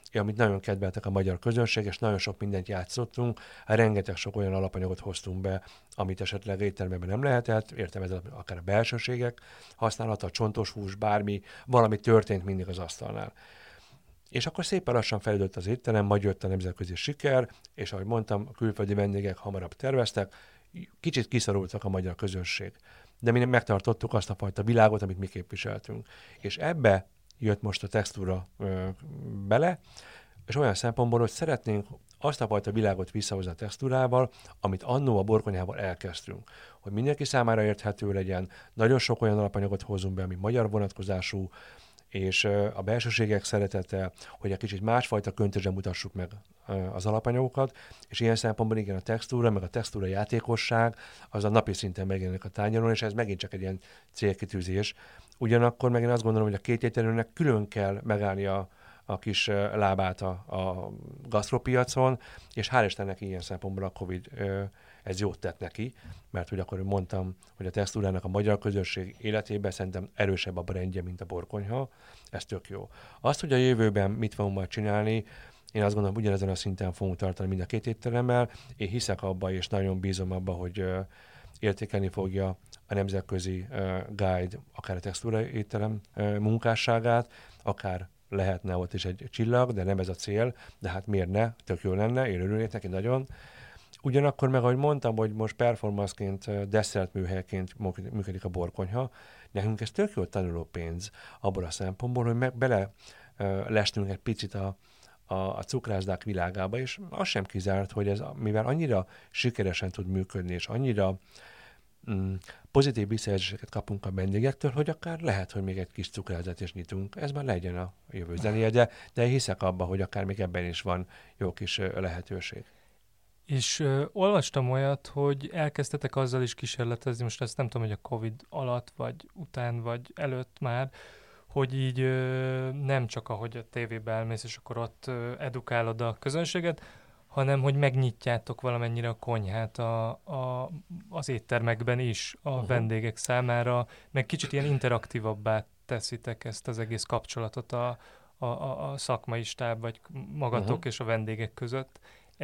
amit nagyon kedveltek a magyar közönség, és nagyon sok mindent játszottunk. Rengeteg sok olyan alapanyagot hoztunk be, amit esetleg éttermekben nem lehetett, értem ez akár a belsőségek használata, a csontos hús, bármi, valami történt mindig az asztalnál. És akkor szépen lassan fejlődött az étterem, majd jött a nemzetközi siker, és ahogy mondtam, a külföldi vendégek hamarabb terveztek, kicsit kiszorultak a magyar közönség. De mi megtartottuk azt a fajta világot, amit mi képviseltünk. És ebbe jött most a textúra bele, és olyan szempontból, hogy szeretnénk azt a fajta világot visszahozni a textúrával, amit annó a borkonyhával elkezdtünk. Hogy mindenki számára érthető legyen, nagyon sok olyan alapanyagot hozunk be, ami magyar vonatkozású, és a belsőségek szeretete, hogy egy kicsit másfajta köntösben mutassuk meg az alapanyagokat, és ilyen szempontból igen, a textúra, meg a textúra játékosság, az a napi szinten megjelenik a tányéron, és ez megint csak egy ilyen célkitűzés. Ugyanakkor meg én azt gondolom, hogy a két étteremnek külön kell megállni a kis lábát a gasztropiacon, és hál' Istennek ilyen szempontból a Covid ez jót tett neki, mert hogy akkor mondtam, hogy a textúrának a magyar közösség életében szerintem erősebb a brandje, mint a borkonyha, ez tök jó. Azt, hogy a jövőben mit fogunk majd csinálni, én azt gondolom, ugyanezen a szinten fogunk tartani mind a két étteremmel. Én hiszek abba, és nagyon bízom abba, hogy értékelni fogja a nemzetközi guide, akár a textúra étterem munkásságát, akár lehetne ott is egy csillag, de nem ez a cél, de hát miért ne, tök jó lenne, én örülnék neki nagyon. Ugyanakkor meg, ahogy mondtam, hogy most performanceként, desszertműhelyként működik a borkonyha, nekünk ez tök jó tanuló pénz abból a szempontból, hogy bele lestünk egy picit a cukrászdák világába, és az sem kizárt, hogy ez, mivel annyira sikeresen tud működni, és annyira pozitív visszajelzéseket kapunk a vendégektől, hogy akár lehet, hogy még egy kis cukrázat is nyitunk. Ez már legyen a jövő zenéje, de hiszek abba, hogy akár még ebben is van jó kis lehetőség. És olvastam olyat, hogy elkezdtetek azzal is kísérletezni, most ezt nem tudom, hogy a Covid alatt, vagy után, vagy előtt már, hogy így nem csak ahogy a tévébe elmész, és akkor ott edukálod a közönséget, hanem hogy megnyitjátok valamennyire a konyhát az éttermekben is a vendégek számára, meg kicsit ilyen interaktívabbá teszitek ezt az egész kapcsolatot a szakmai stáb, vagy magatok és a vendégek között.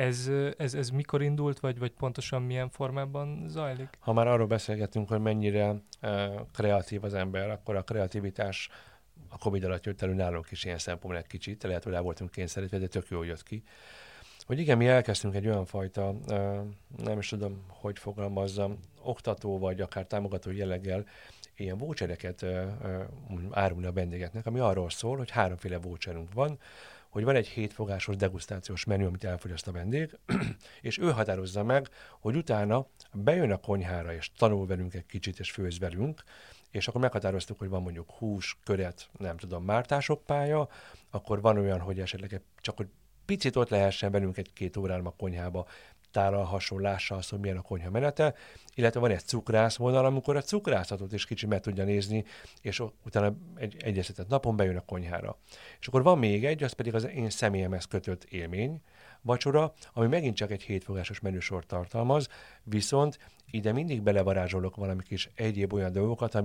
Ez mikor indult, vagy pontosan milyen formában zajlik? Ha már arról beszélgetünk, hogy mennyire kreatív az ember, akkor a kreativitás a Covid alatt jött elő nálunk is ilyen szempontból egy kicsit, lehet, hogy el voltunk kényszerítve, de tök jól jött ki. Hogy igen, mi elkezdtünk egy olyan fajta, nem is tudom, hogy fogalmazzam, oktató vagy akár támogató jelleggel ilyen vouchereket árulni a vendégeknek, ami arról szól, hogy 3 voucherünk van, hogy van egy 7 fogásos degustációs menü, amit elfogyaszt a vendég, és ő határozza meg, hogy utána bejön a konyhára, és tanul velünk egy kicsit, és főz velünk, és akkor meghatároztuk, hogy van mondjuk hús, köret, nem tudom, mártások pálya, akkor van olyan, hogy esetleg csak hogy picit ott lehessen velünk 1-2 órára a konyhába, tálalhasson, lássa azt, hogy milyen a konyha menete, illetve van egy cukrász vonal, amikor a cukrászatot is kicsit meg tudja nézni, és utána egy egyeztetett napon bejön a konyhára. És akkor van még egy, az pedig az én személyemhez kötött élmény, vacsora, ami megint csak egy 7 fogásos menüsort tartalmaz, viszont ide mindig belevarázsolok valami kis egyéb olyan dolgokat,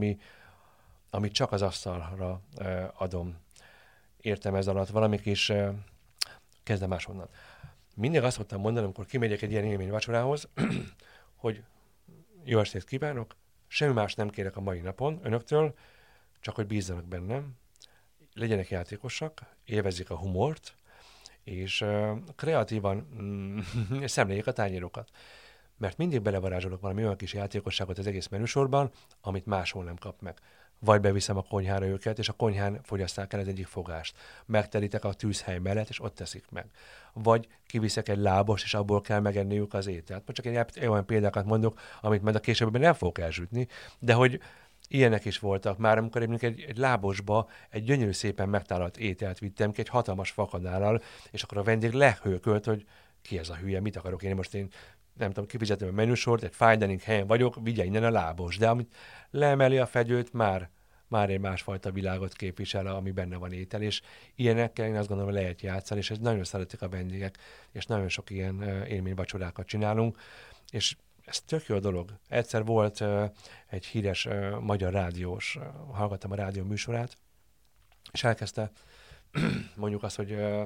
amit csak az asztalra adom. Értem ez alatt valami kis, kezdem máshonnan. Mindig azt szoktam mondani, amikor kimegyek egy ilyen élmény vacsorához, hogy jó estét kívánok, semmi más nem kérek a mai napon önöktől, csak hogy bízzanak bennem, legyenek játékosak, élvezzék a humort, és kreatívan szemléljék a tányérokat. Mert mindig belevarázsolok valami olyan kis játékosságot az egész menüsorban, amit máshol nem kap meg. Vagy beviszem a konyhára őket, és a konyhán fogyaszták el az egyik fogást. Megterítek a tűzhely mellett, és ott teszik meg. Vagy kiviszek egy lábost, és abból kell megenniük az ételt. Csak egy olyan példákat mondok, amit majd a későbben nem fogok elsütni, de hogy ilyenek is voltak. Már amikor egy lábosba egy gyönyörű szépen megtálalt ételt vittem ki, egy hatalmas fakanállal, és akkor a vendég lehőkölt, hogy ki ez a hülye, mit akarok én most, én nem tudom, kifizetem a menüsort, egy fine dining helyen vagyok, vigye innen a lábos. De amit leemeli a fedőt, már egy másfajta világot képvisel, ami benne van étel, és ilyenekkel én azt gondolom, hogy lehet játszani, és ez nagyon szeretik a vendégek, és nagyon sok ilyen élményvacsorákat csinálunk, és ez tök jó dolog. Egyszer volt egy híres magyar rádiós, hallgattam a rádió műsorát, és elkezdte mondjuk azt, hogy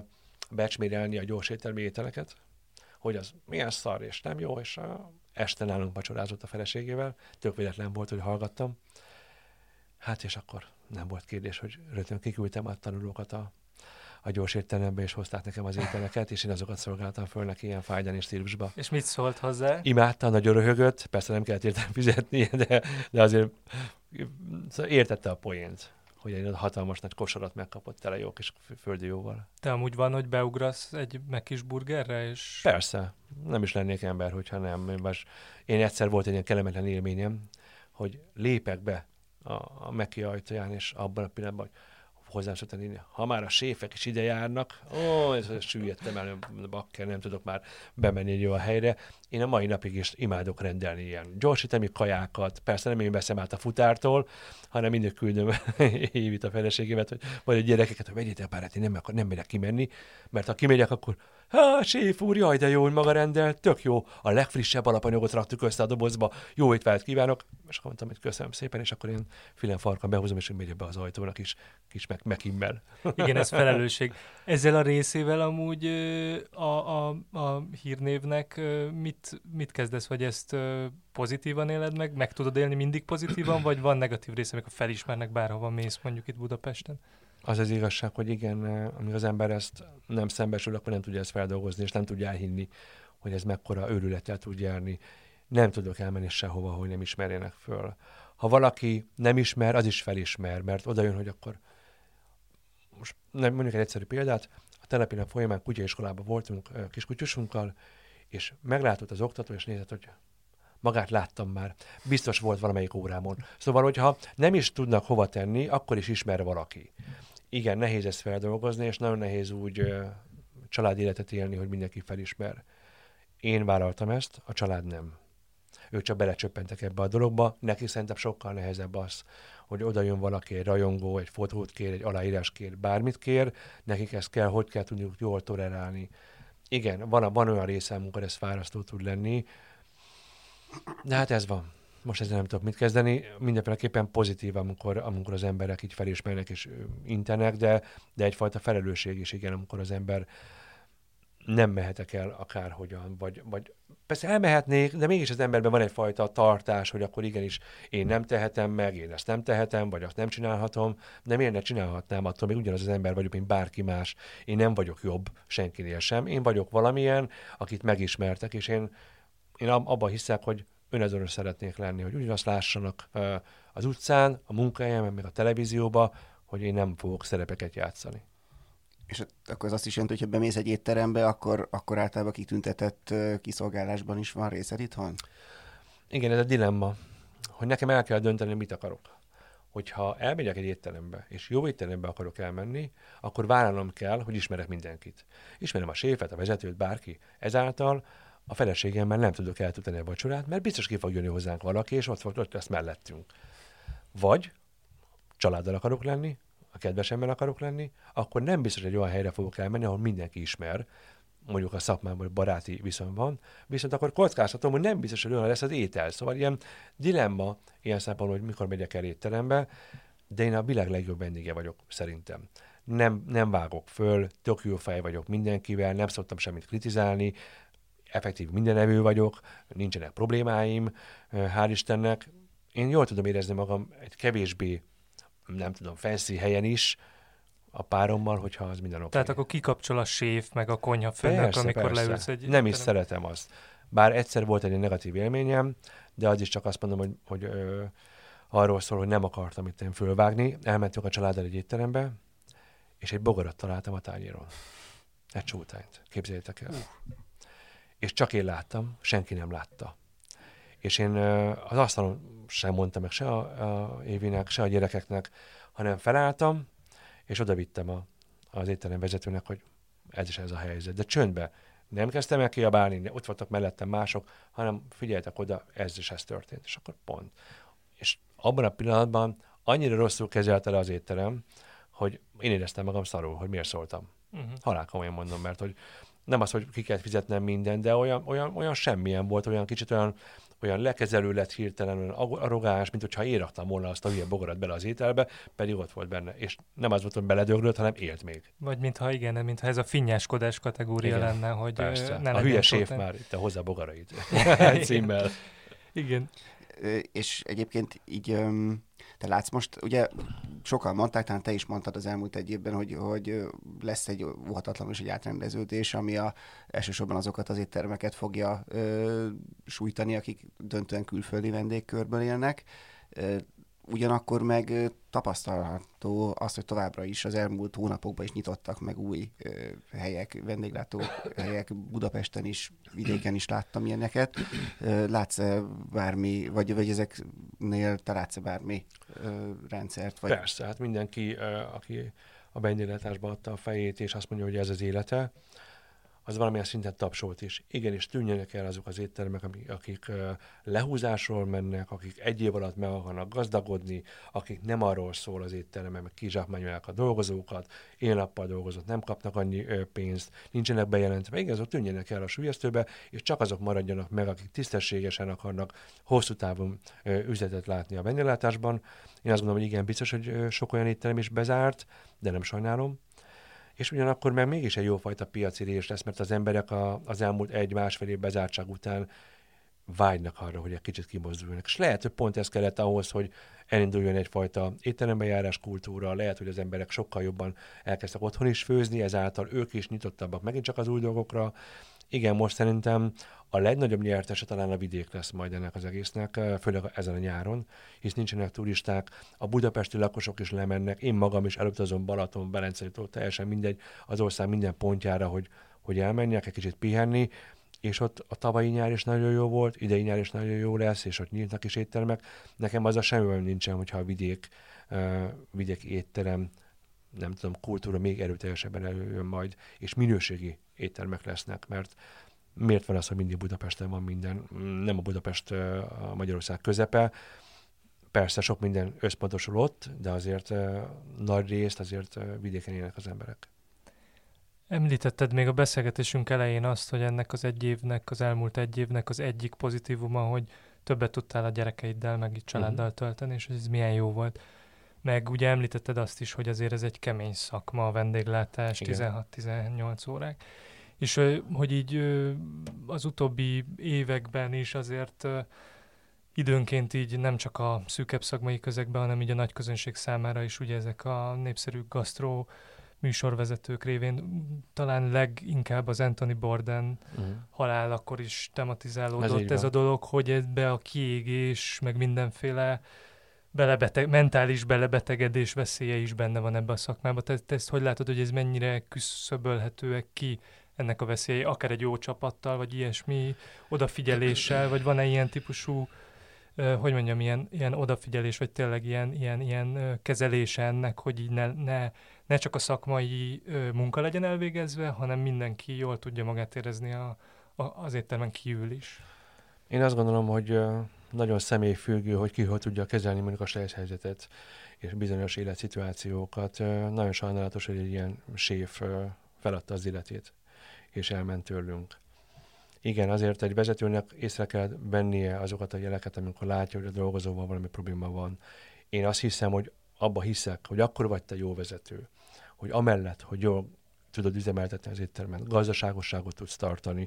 becsmérelni a gyorséttermi ételeket, hogy az milyen szar és nem jó, és este nálunk vacsorázott a feleségével, tök véletlen volt, hogy hallgattam. Hát és akkor nem volt kérdés, hogy rögtön kiküldtem a tanulókat a gyors étterembe, és hozták nekem az ételeket, és én azokat szolgáltam föl neki ilyen fájdani stílusba. És mit szólt hozzá? Imádta, nagyon röhögött, persze nem kellett értem fizetnie, de azért értette a poént, hogy egy hatalmas nagy kosarat megkapott tele jó kis földi jóval. Te amúgy van, hogy beugrasz egy Mac-is burgerre, és... Persze, nem is lennék ember, hogyha nem. Én egyszer volt egy ilyen kellemetlen élményem, hogy lépek be a Mac-i ajtaján, és abban a pillanatban, hogy hozzám szoktam írni, ha már a séfek is ide járnak, süllyedtem el, bakker, nem tudok már bemenni egy olyan helyre. Én a mai napig is imádok rendelni ilyen gyorsítani kajákat, persze nem én veszem át a futártól, hanem mindig küldöm Évit a feleségémet, vagy a gyerekeket, hogy vegyétek pár, én nem megyek kimenni, mert ha kimegyek, akkor séf úr, jaj, de jó, hogy maga rendel, tök jó, a legfrissebb alapanyagot raktuk össze a dobozba, jó étvágyat kívánok, és akkor mondtam, hogy köszönöm szépen, és akkor én filenfarkon behúzom, és megyek be az ajtónak is, kis mekimmel. Igen, ez felelősség. Ezzel a részével amúgy a hírnévnek mit kezdesz, vagy ezt pozitívan éled meg tudod élni mindig pozitívan, vagy van negatív része, amikor felismernek bárhova mész, mondjuk itt Budapesten? Az az igazság, hogy igen, amíg az ember ezt nem szembesül, akkor nem tudja ezt feldolgozni, és nem tudja elhinni, hogy ez mekkora őrülettel tud járni. Nem tudok elmenni sehova, hogy nem ismerjenek föl. Ha valaki nem ismer, az is felismer, mert oda jön, hogy akkor... Most mondjuk egy egyszerű példát, a telepinap folyamán kutyaiskolában voltunk kiskutyusunkkal, és meglátott az oktató, és nézett, hogy magát láttam már, biztos volt valamelyik órámon. Szóval, hogyha nem is tudnak hova tenni, akkor is ismer valaki. Igen, nehéz ezt feldolgozni, és nagyon nehéz úgy családi életet élni, hogy mindenki felismer. Én vállaltam ezt, a család nem. Ők csak belecsöppentek ebbe a dologba, neki szerintem sokkal nehezebb az, hogy oda jön valaki, egy rajongó, egy fotót kér, egy aláírás kér, bármit kér, nekik ezt kell, hogy kell tudjuk jól tolerálni. Igen, van olyan része, amikor ez fárasztó tud lenni, de hát ez van. Most ezzel nem tudok mit kezdeni. Mindenféleképpen pozitív, amikor az emberek így felismernek és intenek, de egyfajta felelősség is, igen, amikor az ember nem mehetek el akárhogyan, vagy persze elmehetnék, de mégis az emberben van egyfajta tartás, hogy akkor igenis én nem tehetem meg, én ezt nem tehetem, vagy azt nem csinálhatom, de miért ne csinálhatnám, attól még ugyanaz az ember vagyok, mint bárki más. Én nem vagyok jobb senkinél sem, én vagyok valamilyen, akit megismertek, és én abban hiszek, hogy önazonos szeretnék lenni, hogy ugyanazt lássanak az utcán, a munkahelyemen, meg a televízióban, hogy én nem fogok szerepeket játszani. És akkor az azt is jelenti, hogy ha bemész egy étterembe, akkor általában kitüntetett kiszolgálásban is van részed itthon? Igen, ez a dilemma, hogy nekem el kell dönteni, mit akarok. Hogyha elmegyek egy étterembe, és jó étterembe akarok elmenni, akkor vállalnom kell, hogy ismerek mindenkit. Ismerem a séfet, a vezetőt, bárki. Ezáltal a feleségemmel nem tudok eltudni a vacsorát, mert biztos ki fog jönni hozzánk valaki, és ott lesz mellettünk. Vagy családdal akarok lenni, a kedvesemmel akarok lenni, akkor nem biztos, hogy egy olyan helyre fogok elmenni, ahol mindenki ismer, mondjuk a szakmában baráti viszony van, viszont akkor kockáztatom, hogy nem biztos, hogy olyan lesz az étel. Szóval ilyen dilemma ilyen szempontból, hogy mikor megyek el étterembe, de én a világ legjobb vendége vagyok, szerintem. Nem vágok föl, tök jó fej vagyok mindenkivel, nem szoktam semmit kritizálni, effektív mindenevő vagyok, nincsenek problémáim, hál' Istennek. Én jól tudom érezni magam egy kevésbé, nem tudom, fancy helyen is, a párommal, hogyha az minden oké. Tehát akkor kikapcsol a séf, meg a konyhafőnök, amikor leülsz egy... Nem is szeretem azt. Bár egyszer volt egy negatív élményem, de az is csak azt mondom, hogy arról szól, hogy nem akartam itt fölvágni. Elmentünk a családdal egy étterembe, és egy bogarat találtam a tányéron. Egy csótányt. Képzeljétek el. És csak én láttam, senki nem látta. És én az asztalon sem mondtam meg se a Évinek, se a gyerekeknek, hanem felálltam, és oda vittem az étterem vezetőnek, hogy ez a helyzet. De csöndbe. Nem kezdtem el kiabálni, ott voltak mellettem mások, hanem figyeltek oda, ez történt. És akkor pont. És abban a pillanatban annyira rosszul kezelte le az étterem, hogy én éreztem magam szarul, hogy miért szóltam. Halálkomolyan mondom, mert hogy nem az, hogy ki kell fizetnem minden, de olyan semmilyen volt, olyan kicsit olyan olyan lekezelő lett hirtelen, olyan arrogáns, mint hogyha én raktam volna azt a hülye bogarat bele az ételbe, pedig ott volt benne. És nem az volt, hogy beledöglött, hanem élt még. Vagy mintha ez a finnyáskodás kategória Igen, lenne, hogy persze. ne A legyen hülye séf sót, már itt hozzá bogarait címmel. Igen. És egyébként így te látsz most, ugye sokan mondták, talán te is mondtad az elmúlt egy évben, hogy lesz egy óhatatlanul is egy átrendeződés, ami elsősorban azokat az éttermeket fogja sújtani, akik döntően külföldi vendégkörből élnek. Ugyanakkor meg tapasztalható az, hogy továbbra is az elmúlt hónapokban is nyitottak meg új helyek, vendéglátó helyek. Budapesten is, vidéken is láttam ilyeneket. Látsz-e bármi, vagy ezeknél te látsz-e bármi rendszert? Vagy... Persze, hát mindenki, aki a vendéglátásba adta a fejét, és azt mondja, hogy ez az élete, az valamilyen szinten tapsolt is. Igenis, tűnjenek el azok az éttermek, akik lehúzásról mennek, akik egy év alatt meg akarnak gazdagodni, akik nem arról szól az étterem, meg kizsákmányolják a dolgozókat, éjnappal dolgozott, nem kapnak annyi pénzt, nincsenek bejelentve. Igen, azok tűnjenek el a sülyeztőbe, és csak azok maradjanak meg, akik tisztességesen akarnak hosszú távon üzletet látni a vendéglátásban. Én azt gondolom, hogy igen, biztos, hogy sok olyan étterem is bezárt, de nem sajnálom. És ugyanakkor meg mégis egy jófajta piacirés lesz, mert az emberek az elmúlt 1-1,5 év bezártság után vágynak arra, hogy egy kicsit kimozduljanak. És lehet, hogy pont ez kellett ahhoz, hogy elinduljon egyfajta étterembe járás kultúra, lehet, hogy az emberek sokkal jobban elkezdtek otthon is főzni, ezáltal ők is nyitottabbak megint csak az új dolgokra. Igen, most szerintem a legnagyobb nyertese talán a vidék lesz majd ennek az egésznek, főleg ezen a nyáron, hisz nincsenek turisták, a budapesti lakosok is lemennek, én magam is elutazom Balaton, Belencétől, teljesen mindegy, az ország minden pontjára, hogy elmenjek, egy kicsit pihenni, és ott a tavalyi nyár is nagyon jó volt, idei nyár is nagyon jó lesz, és ott nyíltak is éttermek. Nekem az a semmivel nincsen, hogyha a vidéki étterem, nem tudom, kultúra még erőteljesebben előjön majd, és minőségi éttermek lesznek, mert miért van az, hogy mindig Budapesten van minden, nem a Budapest a Magyarország közepe, persze sok minden összpontosul ott, de azért nagy részt azért vidéken élnek az emberek. Említetted még a beszélgetésünk elején azt, hogy ennek az az elmúlt egy évnek az egyik pozitívuma, hogy többet tudtál a gyerekeiddel, meg itt családdal tölteni, és ez milyen jó volt. Meg ugye említetted azt is, hogy azért ez egy kemény szakma, a vendéglátás, 16-18 órák. És hogy így az utóbbi években is azért időnként így nem csak a szűkebb szakmai közegben, hanem így a nagy közönség számára is ugye ezek a népszerű gasztró műsorvezetők révén talán leginkább az Anthony Bourdain halálakor is tematizálódott ez a dolog, hogy ebbe a kiégés, meg mindenféle mentális belebetegedés veszélye is benne van ebbe a szakmába. Te ezt hogy látod, hogy ez mennyire küszöbölhetőek ki ennek a veszélyei, akár egy jó csapattal, vagy ilyesmi odafigyeléssel, vagy van-e ilyen típusú, hogy mondjam, ilyen odafigyelés, vagy tényleg ilyen kezelése ennek, hogy így ne csak a szakmai munka legyen elvégezve, hanem mindenki jól tudja magát érezni az éttermen kívül is. Én azt gondolom, hogy nagyon személyfüggő, hogy ki hogy tudja kezelni mondjuk a stresszhelyzetet és bizonyos életszituációkat. Nagyon sajnálatos, hogy egy ilyen séf feladta az életét, és elment tőlünk. Igen, azért egy vezetőnek észre kell vennie azokat a jeleket, amikor látja, hogy a dolgozóval valami probléma van. Én azt hiszem, hogy abba hiszek, hogy akkor vagy te jó vezető, hogy amellett, hogy jól tudod üzemeltetni az éttermet, gazdaságosságot tudsz tartani.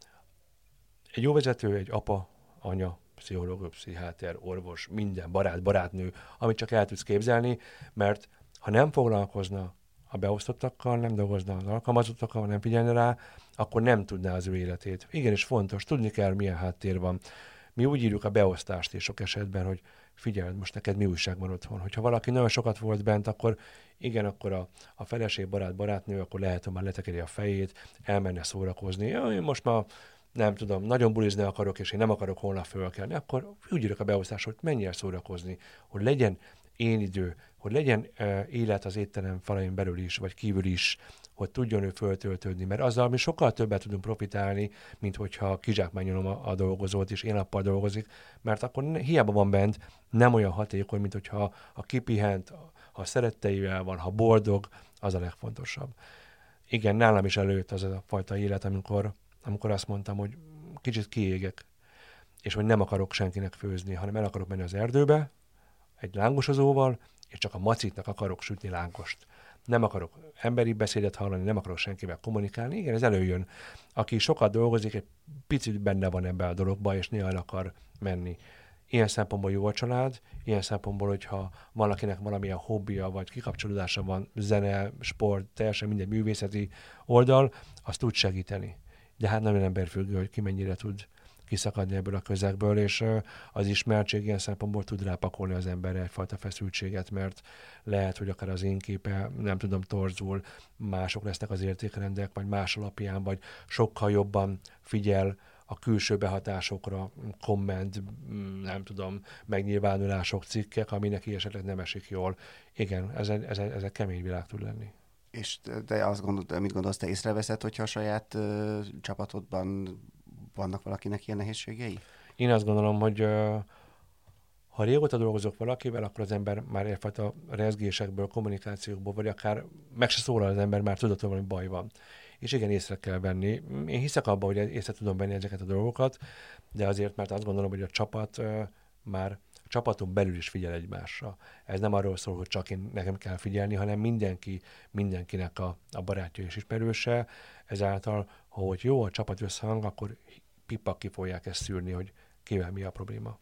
Egy jó vezető, egy apa, anya, pszichológus, pszichiáter, orvos, minden, barát, barátnő, amit csak el tudsz képzelni, mert ha nem foglalkozna a beosztottakkal, nem dolgozna az alkalmazottakkal, nem figyelne rá, akkor nem tudná az ő életét. Igenis fontos, tudni kell, milyen háttér van. Mi úgy írjuk a beosztást is sok esetben, hogy figyeld, most neked mi újság van otthon. Hogyha valaki nagyon sokat volt bent, akkor igen, akkor a feleség, barát, barátnő, akkor lehet, hogy már letekeri a fejét, elmenne szórakozni. Ja, én most már nem tudom, nagyon bulizni akarok, és én nem akarok holnap fölkelni, akkor úgy írok a beosztás, hogy menj el szórakozni, hogy legyen én idő, hogy legyen élet az étterem falain belül is, vagy kívül is, hogy tudjon ő föltöltődni, mert azzal mi sokkal többet tudunk profitálni, mint hogyha kizsákmányolom a dolgozót, és én nappal dolgozik, mert akkor hiába van bent, nem olyan hatékony, mint hogyha kipihent, ha szeretteivel van, ha boldog, az a legfontosabb. Igen, nálam is előtt az a fajta élet, amikor azt mondtam, hogy kicsit kiégek. és hogy nem akarok senkinek főzni, hanem el akarok menni az erdőbe egy lángosozóval, és csak a macitnak akarok sütni lángost. Nem akarok emberi beszédet hallani, nem akarok senkivel kommunikálni. Igen, ez előjön. Aki sokat dolgozik, egy picit benne van ebben a dologban, és néha el akar menni. Ilyen szempontból jó a család, ilyen szempontból, hogyha valakinek valamilyen hobbija vagy kikapcsolódása van, zene, sport, teljesen minden művészeti oldal, azt tud segíteni. De hát nagyon emberfüggő, hogy ki mennyire tud kiszakadni ebből a közegből, és az ismertség ilyen szempontból tud rápakolni az emberre egyfajta feszültséget, mert lehet, hogy akár az én képe, nem tudom, torzul, mások lesznek az értékrendek, vagy más alapján, vagy sokkal jobban figyel a külső behatásokra, komment, nem tudom, megnyilvánulások, cikkek, ami neki esetleg nem esik jól. Igen, ez egy kemény világ tud lenni. És te mit gondolsz, te észreveszed, hogyha a saját csapatodban vannak valakinek ilyen nehézségei? Én azt gondolom, hogy ha régóta dolgozok valakivel, akkor az ember már egyfajta rezgésekből, kommunikációkból, vagy akár meg se szólal az ember, már tudod, hogy valami baj van. És igen, észre kell venni. Én hiszek abban, hogy észre tudom venni ezeket a dolgokat, de azért, mert azt gondolom, hogy a csapat már csapaton belül is figyel egymásra. Ez nem arról szól, hogy csak nekem kell figyelni, hanem mindenkinek a barátja és ismerőse. Ezáltal, hogy jó a csapat összhang, akkor pipak ki fogják ezt szűrni, hogy kivel mi a probléma.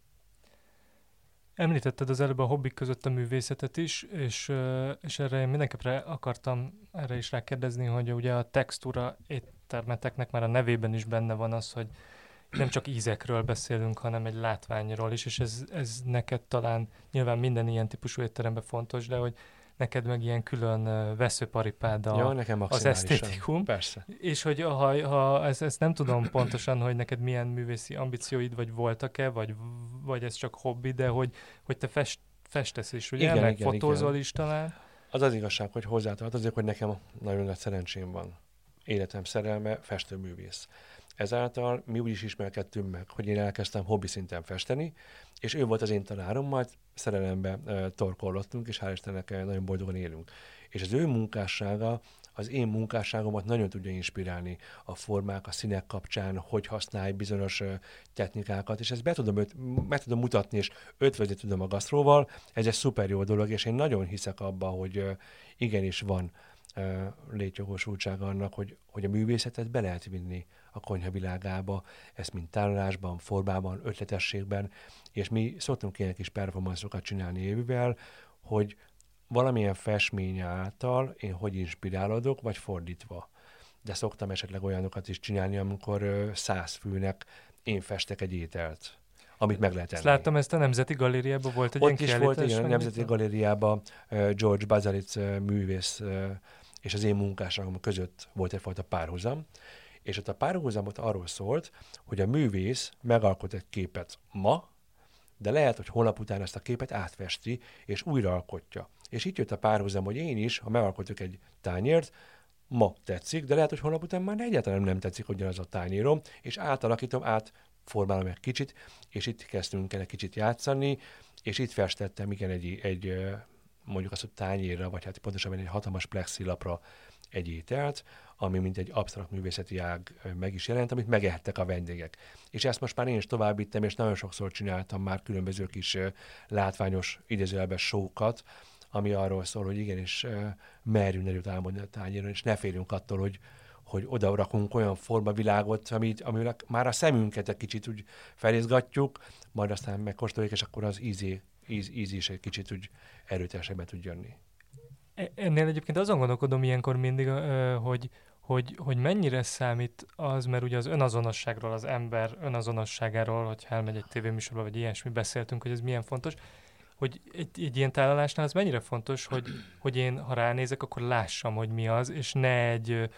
Említetted az előbb a hobbik között a művészetet is, és erre én mindenképpen akartam erre is rákérdezni, hogy ugye a textúra éttermeteknek már a nevében is benne van az, hogy nem csak ízekről beszélünk, hanem egy látványról is, és ez neked talán nyilván minden ilyen típusú étteremben fontos, de hogy neked meg ilyen külön veszőparipád az esztétikum. Persze. És hogy ha ezt nem tudom pontosan, hogy neked milyen művészi ambícióid vagy voltak-e, vagy ez csak hobbi, de hogy te festesz is, ugye? Igen, meg igen, fotózol igen. is talán. Az az igazság, hogy hozzátartozik, hogy nekem nagyon nagy szerencsém van. Életem szerelme festőművész. Ezáltal mi úgy is ismerkedtünk meg, hogy én elkezdtem hobbi szinten festeni, és ő volt az én tanárom, majd szerelembe torkollottunk, és hál' Istennek nagyon boldogan élünk. És az ő munkássága az én munkásságomat nagyon tudja inspirálni a formák, a színek kapcsán, hogy használj bizonyos technikákat, és ezt meg tudom mutatni, és ötvözni tudom a gasztróval. Ez egy szuper jó dolog, és én nagyon hiszek abba, hogy igenis van létjogosultsága annak, hogy a művészetet be lehet vinni a konyha világába, ezt mind tárolásban, formában, ötletességben, és mi szoktunk ilyen kis performanszokat csinálni évvel, hogy valamilyen festmény által én hogy inspirálódok, vagy fordítva. De szoktam esetleg olyanokat is csinálni, amikor 100 főnek én festek egy ételt, amit meg lehet enni. Láttam, ezt a Nemzeti Galériában volt egy ott ilyen is volt, igen, a Nemzeti Galériában George Baselit művész és az én munkásságom között volt egyfajta párhuzam, és ott a párhuzamot arról szólt, hogy a művész megalkot egy képet ma, de lehet, hogy holnap után ezt a képet átfesti, és újraalkotja. És itt jött a párhuzam, hogy én is, ha megalkotok egy tányért, ma tetszik, de lehet, hogy holnap után már egyáltalán nem tetszik ugyanaz a tányérom, és átalakítom, átformálom egy kicsit, és itt kezdtünk el egy kicsit játszani, és itt festettem, igen, egy mondjuk azt, hogy tányérra, vagy hát pontosabban egy hatalmas plexilapra egy ételt, ami mint egy absztrakt művészeti ág meg is jelent, amit megehettek a vendégek. És ezt most már én is továbbvittem, és nagyon sokszor csináltam már különböző kis látványos, idézőjelben show-kat, ami arról szól, hogy igenis merjünk nagyot álmodni a tányéron, és ne félünk attól, hogy oda rakunk olyan formavilágot, amivel már a szemünket egy kicsit úgy felizgatjuk, majd aztán megkóstoljuk, és akkor az íz is egy kicsit úgy erőteljesebben tud jönni. Ennél egyébként azon gondolkodom ilyenkor mindig, hogy mennyire számít az, mert ugye az önazonosságról, az ember önazonosságáról, hogy elmegy egy tévéműsorba, vagy ilyesmi, beszéltünk, hogy ez milyen fontos, hogy egy ilyen tálalásnál az mennyire fontos, hogy én, ha ránézek, akkor lássam, hogy mi az, és ne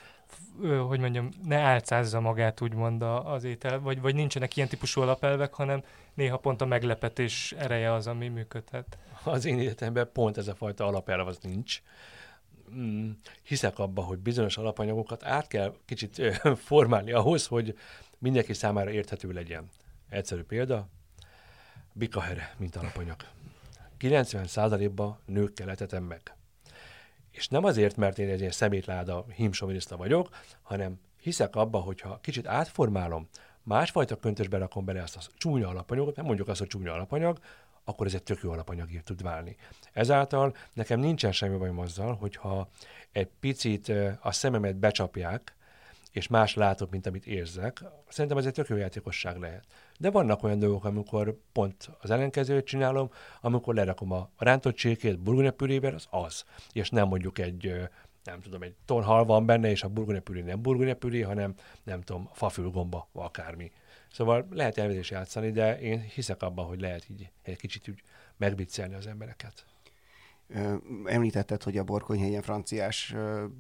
ne álcázza magát úgymond az étel, vagy nincsenek ilyen típusú alapelvek, hanem néha pont a meglepetés ereje az, ami működhet. Az én életemben pont ez a fajta alapelv az nincs. Hiszek abba, hogy bizonyos alapanyagokat át kell kicsit formálni ahhoz, hogy mindenki számára érthető legyen. Egyszerű példa, bikahere, mint alapanyag. 90%-ban nőkkel etetem meg. És nem azért, mert én egy ilyen szemétláda hímsoviniszta vagyok, hanem hiszek abba, hogyha kicsit átformálom, másfajta köntösbe rakom bele azt a csúnya alapanyagot, nem mondjuk azt, hogy csúnya alapanyag, akkor ez egy tök jó alapanyagért tud válni. Ezáltal nekem nincsen semmi bajom azzal, hogyha egy picit a szememet becsapják, és más látok, mint amit érzek, szerintem ez egy tök jó játékosság lehet. De vannak olyan dolgok, amikor pont az ellenkezőt csinálom, amikor lerakom a rántott csirkét burgonyapürével, az. És nem mondjuk egy tonhal van benne, és a burgonyapüré nem burgonyapüré, hanem nem tudom, fafülgomba, akármi. Szóval lehet elvezés játszani, de én hiszek abban, hogy lehet így egy kicsit úgy megbiccelni az embereket. Említetted, hogy a Borkonyhelyen franciás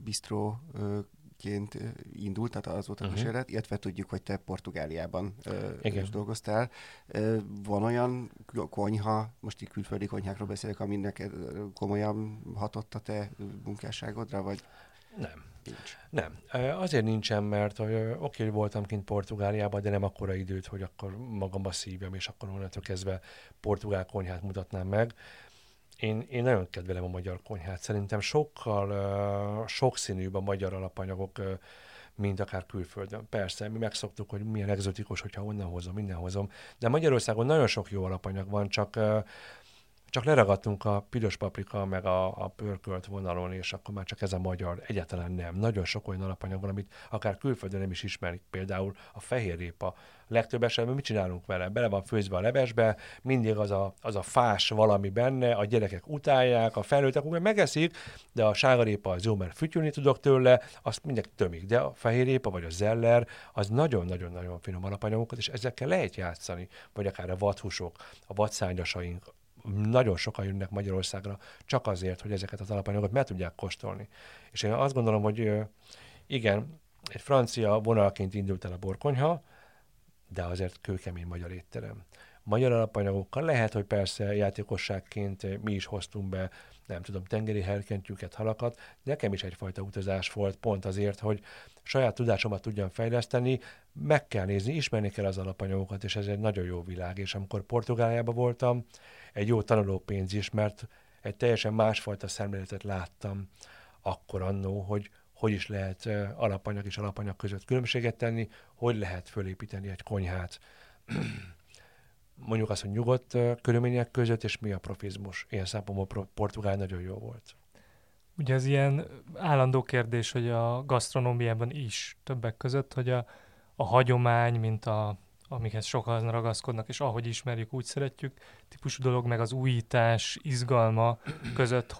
bistróként indult, tehát az volt a kísérlet, illetve tudjuk, hogy te Portugáliában is dolgoztál. Van olyan konyha, most így külföldi konyhákról beszélek, ami neked komolyan hatott a te munkásságodra, vagy? Nem. Nincs. Nem. Azért nincsen, mert hogy voltam kint Portugáliában, de nem akkora időt, hogy akkor magamba szívjam, és akkor onnantól kezdve portugál konyhát mutatnám meg. Én nagyon kedvelem a magyar konyhát. Szerintem sokkal sokszínűbb a magyar alapanyagok, mint akár külföldön. Persze, mi megszoktuk, hogy milyen egzotikus, hogyha onnan hozom, minden hozom. De Magyarországon nagyon sok jó alapanyag van, csak leragadtunk a piros paprika, meg a pörkölt vonalon, és akkor már csak ez a magyar. Egyáltalán nem. Nagyon sok olyan alapanyag van, amit akár külföldön nem is ismerik. Például a fehérrépa. Legtöbb esetben mit csinálunk vele? Bele van főzve a levesbe, mindig az a fás valami benne, a gyerekek utálják, a felnőttek úgy megeszik, de a sárgarépa az jó, mert fütyülni tudok tőle, azt mindenki tömik. De a fehérrépa vagy a zeller, az nagyon-nagyon-nagyon finom alapanyagokat, és ezekkel lehet játszani. Vagy akár a vadhúsok, a vadszárnyasaink, nagyon sokan jönnek Magyarországra csak azért, hogy ezeket az alapanyagokat meg tudják kóstolni. És én azt gondolom, hogy igen, egy francia vonalként indult el a borkonyha, de azért kőkemény magyar étterem. Magyar alapanyagokkal lehet, hogy persze játékosságként mi is hoztunk be, nem tudom, tengeri herkentyűket, halakat, nekem is egyfajta utazás volt pont azért, hogy saját tudásomat tudjam fejleszteni, meg kell nézni, ismerni kell az alapanyagokat, és ez egy nagyon jó világ. És amikor Portugáliában voltam, egy jó tanulópénz is, mert egy teljesen másfajta szemléletet láttam akkor annó, hogy is lehet alapanyag és alapanyag között különbséget tenni, hogy lehet fölépíteni egy konyhát. Mondjuk azt, hogy nyugodt körülmények között, és mi a profizmus. Ilyen szempontból Portugál nagyon jó volt. Ugye ez ilyen állandó kérdés, hogy a gasztronómiában is többek között, hogy a hagyomány, mint amikhez sokan ragaszkodnak, és ahogy ismerjük, úgy szeretjük, típusú dolog, meg az újítás, izgalma között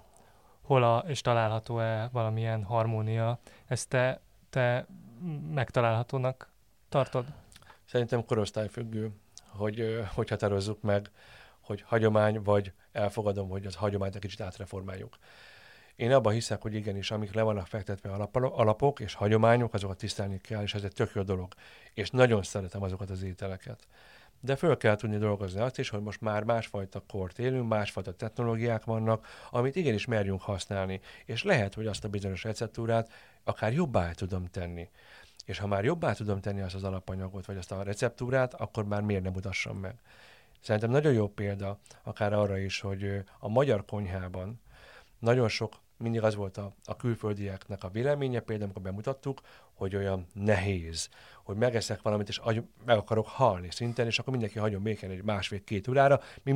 hol és található-e valamilyen harmónia. Ezt te megtalálhatónak tartod? Szerintem korosztályfüggő, hogy határozzuk meg, hogy hagyomány, vagy elfogadom, hogy az hagyományt egy kicsit átreformáljuk. Én abban hiszek, hogy igenis, amik le vannak fektetve alapok és hagyományok, azokat tisztelni kell, és ez egy tök jó dolog. És nagyon szeretem azokat az ételeket. De föl kell tudni dolgozni azt is, hogy most már másfajta kort élünk, másfajta technológiák vannak, amit igenis merjünk használni. És lehet, hogy azt a bizonyos receptúrát akár jobbá tudom tenni. És ha már jobbá tudom tenni azt az alapanyagot, vagy azt a receptúrát, akkor már miért nem mutassam meg. Szerintem nagyon jó példa akár arra is, hogy a magyar konyhában nagyon sok, mindig az volt a külföldieknek a véleménye, például amikor bemutattuk, hogy olyan nehéz, hogy megeszek valamit, és meg akarok halni szinten, és akkor mindenki hagyjon békén egy 1,5-2 órára, míg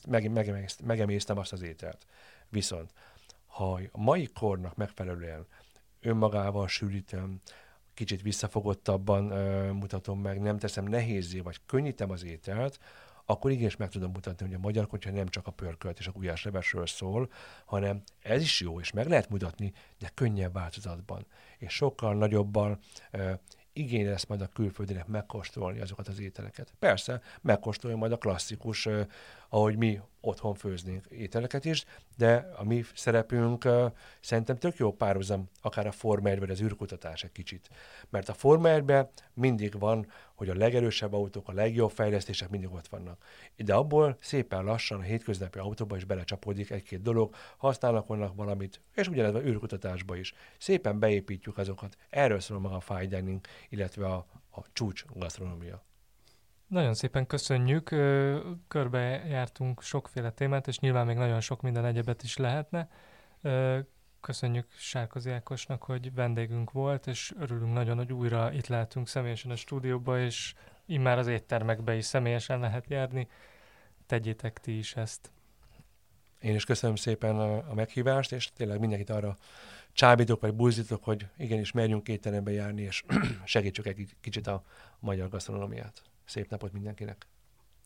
megemésztem azt az ételt. Viszont, ha a mai kornak megfelelően önmagával sűrítem, kicsit visszafogottabban mutatom meg, nem teszem nehézzé, vagy könnyítem az ételt, akkor igenis meg tudom mutatni, hogy a magyar konyha nem csak a pörkölt és a gulyáslevesről szól, hanem ez is jó, és meg lehet mutatni, de könnyebb változatban. És sokkal nagyobban igény lesz majd a külföldinek megkóstolni azokat az ételeket. Persze, megkóstolja majd a klasszikus, ahogy mi otthon főznénk ételeket is, de a mi szerepünk szerintem tök jó párhuzam, akár a Forma 1 vagy az űrkutatás egy kicsit. Mert a Forma 1-ben mindig van, hogy a legerősebb autók, a legjobb fejlesztések mindig ott vannak. De abból szépen lassan a hétköznapi autóba is belecsapódik egy-két dolog, használnak onnan valamit, és ugyanez az űrkutatásba is. Szépen beépítjük azokat. Erről szól maga a fine dining, illetve a csúcs gasztronómia. Nagyon szépen köszönjük, körbejártunk sokféle témát, és nyilván még nagyon sok minden egyebet is lehetne. Köszönjük Sárközi Ákosnak, hogy vendégünk volt, és örülünk nagyon, hogy újra itt lehetünk személyesen a stúdióba, és immár az éttermekbe is személyesen lehet járni. Tegyétek ti is ezt. Én is köszönöm szépen a meghívást, és tényleg mindenkit arra csábítok, vagy buzdítok, hogy igenis merjünk étterembe járni, és segítsük egy kicsit a magyar gasztronómiát. Szép napot mindenkinek!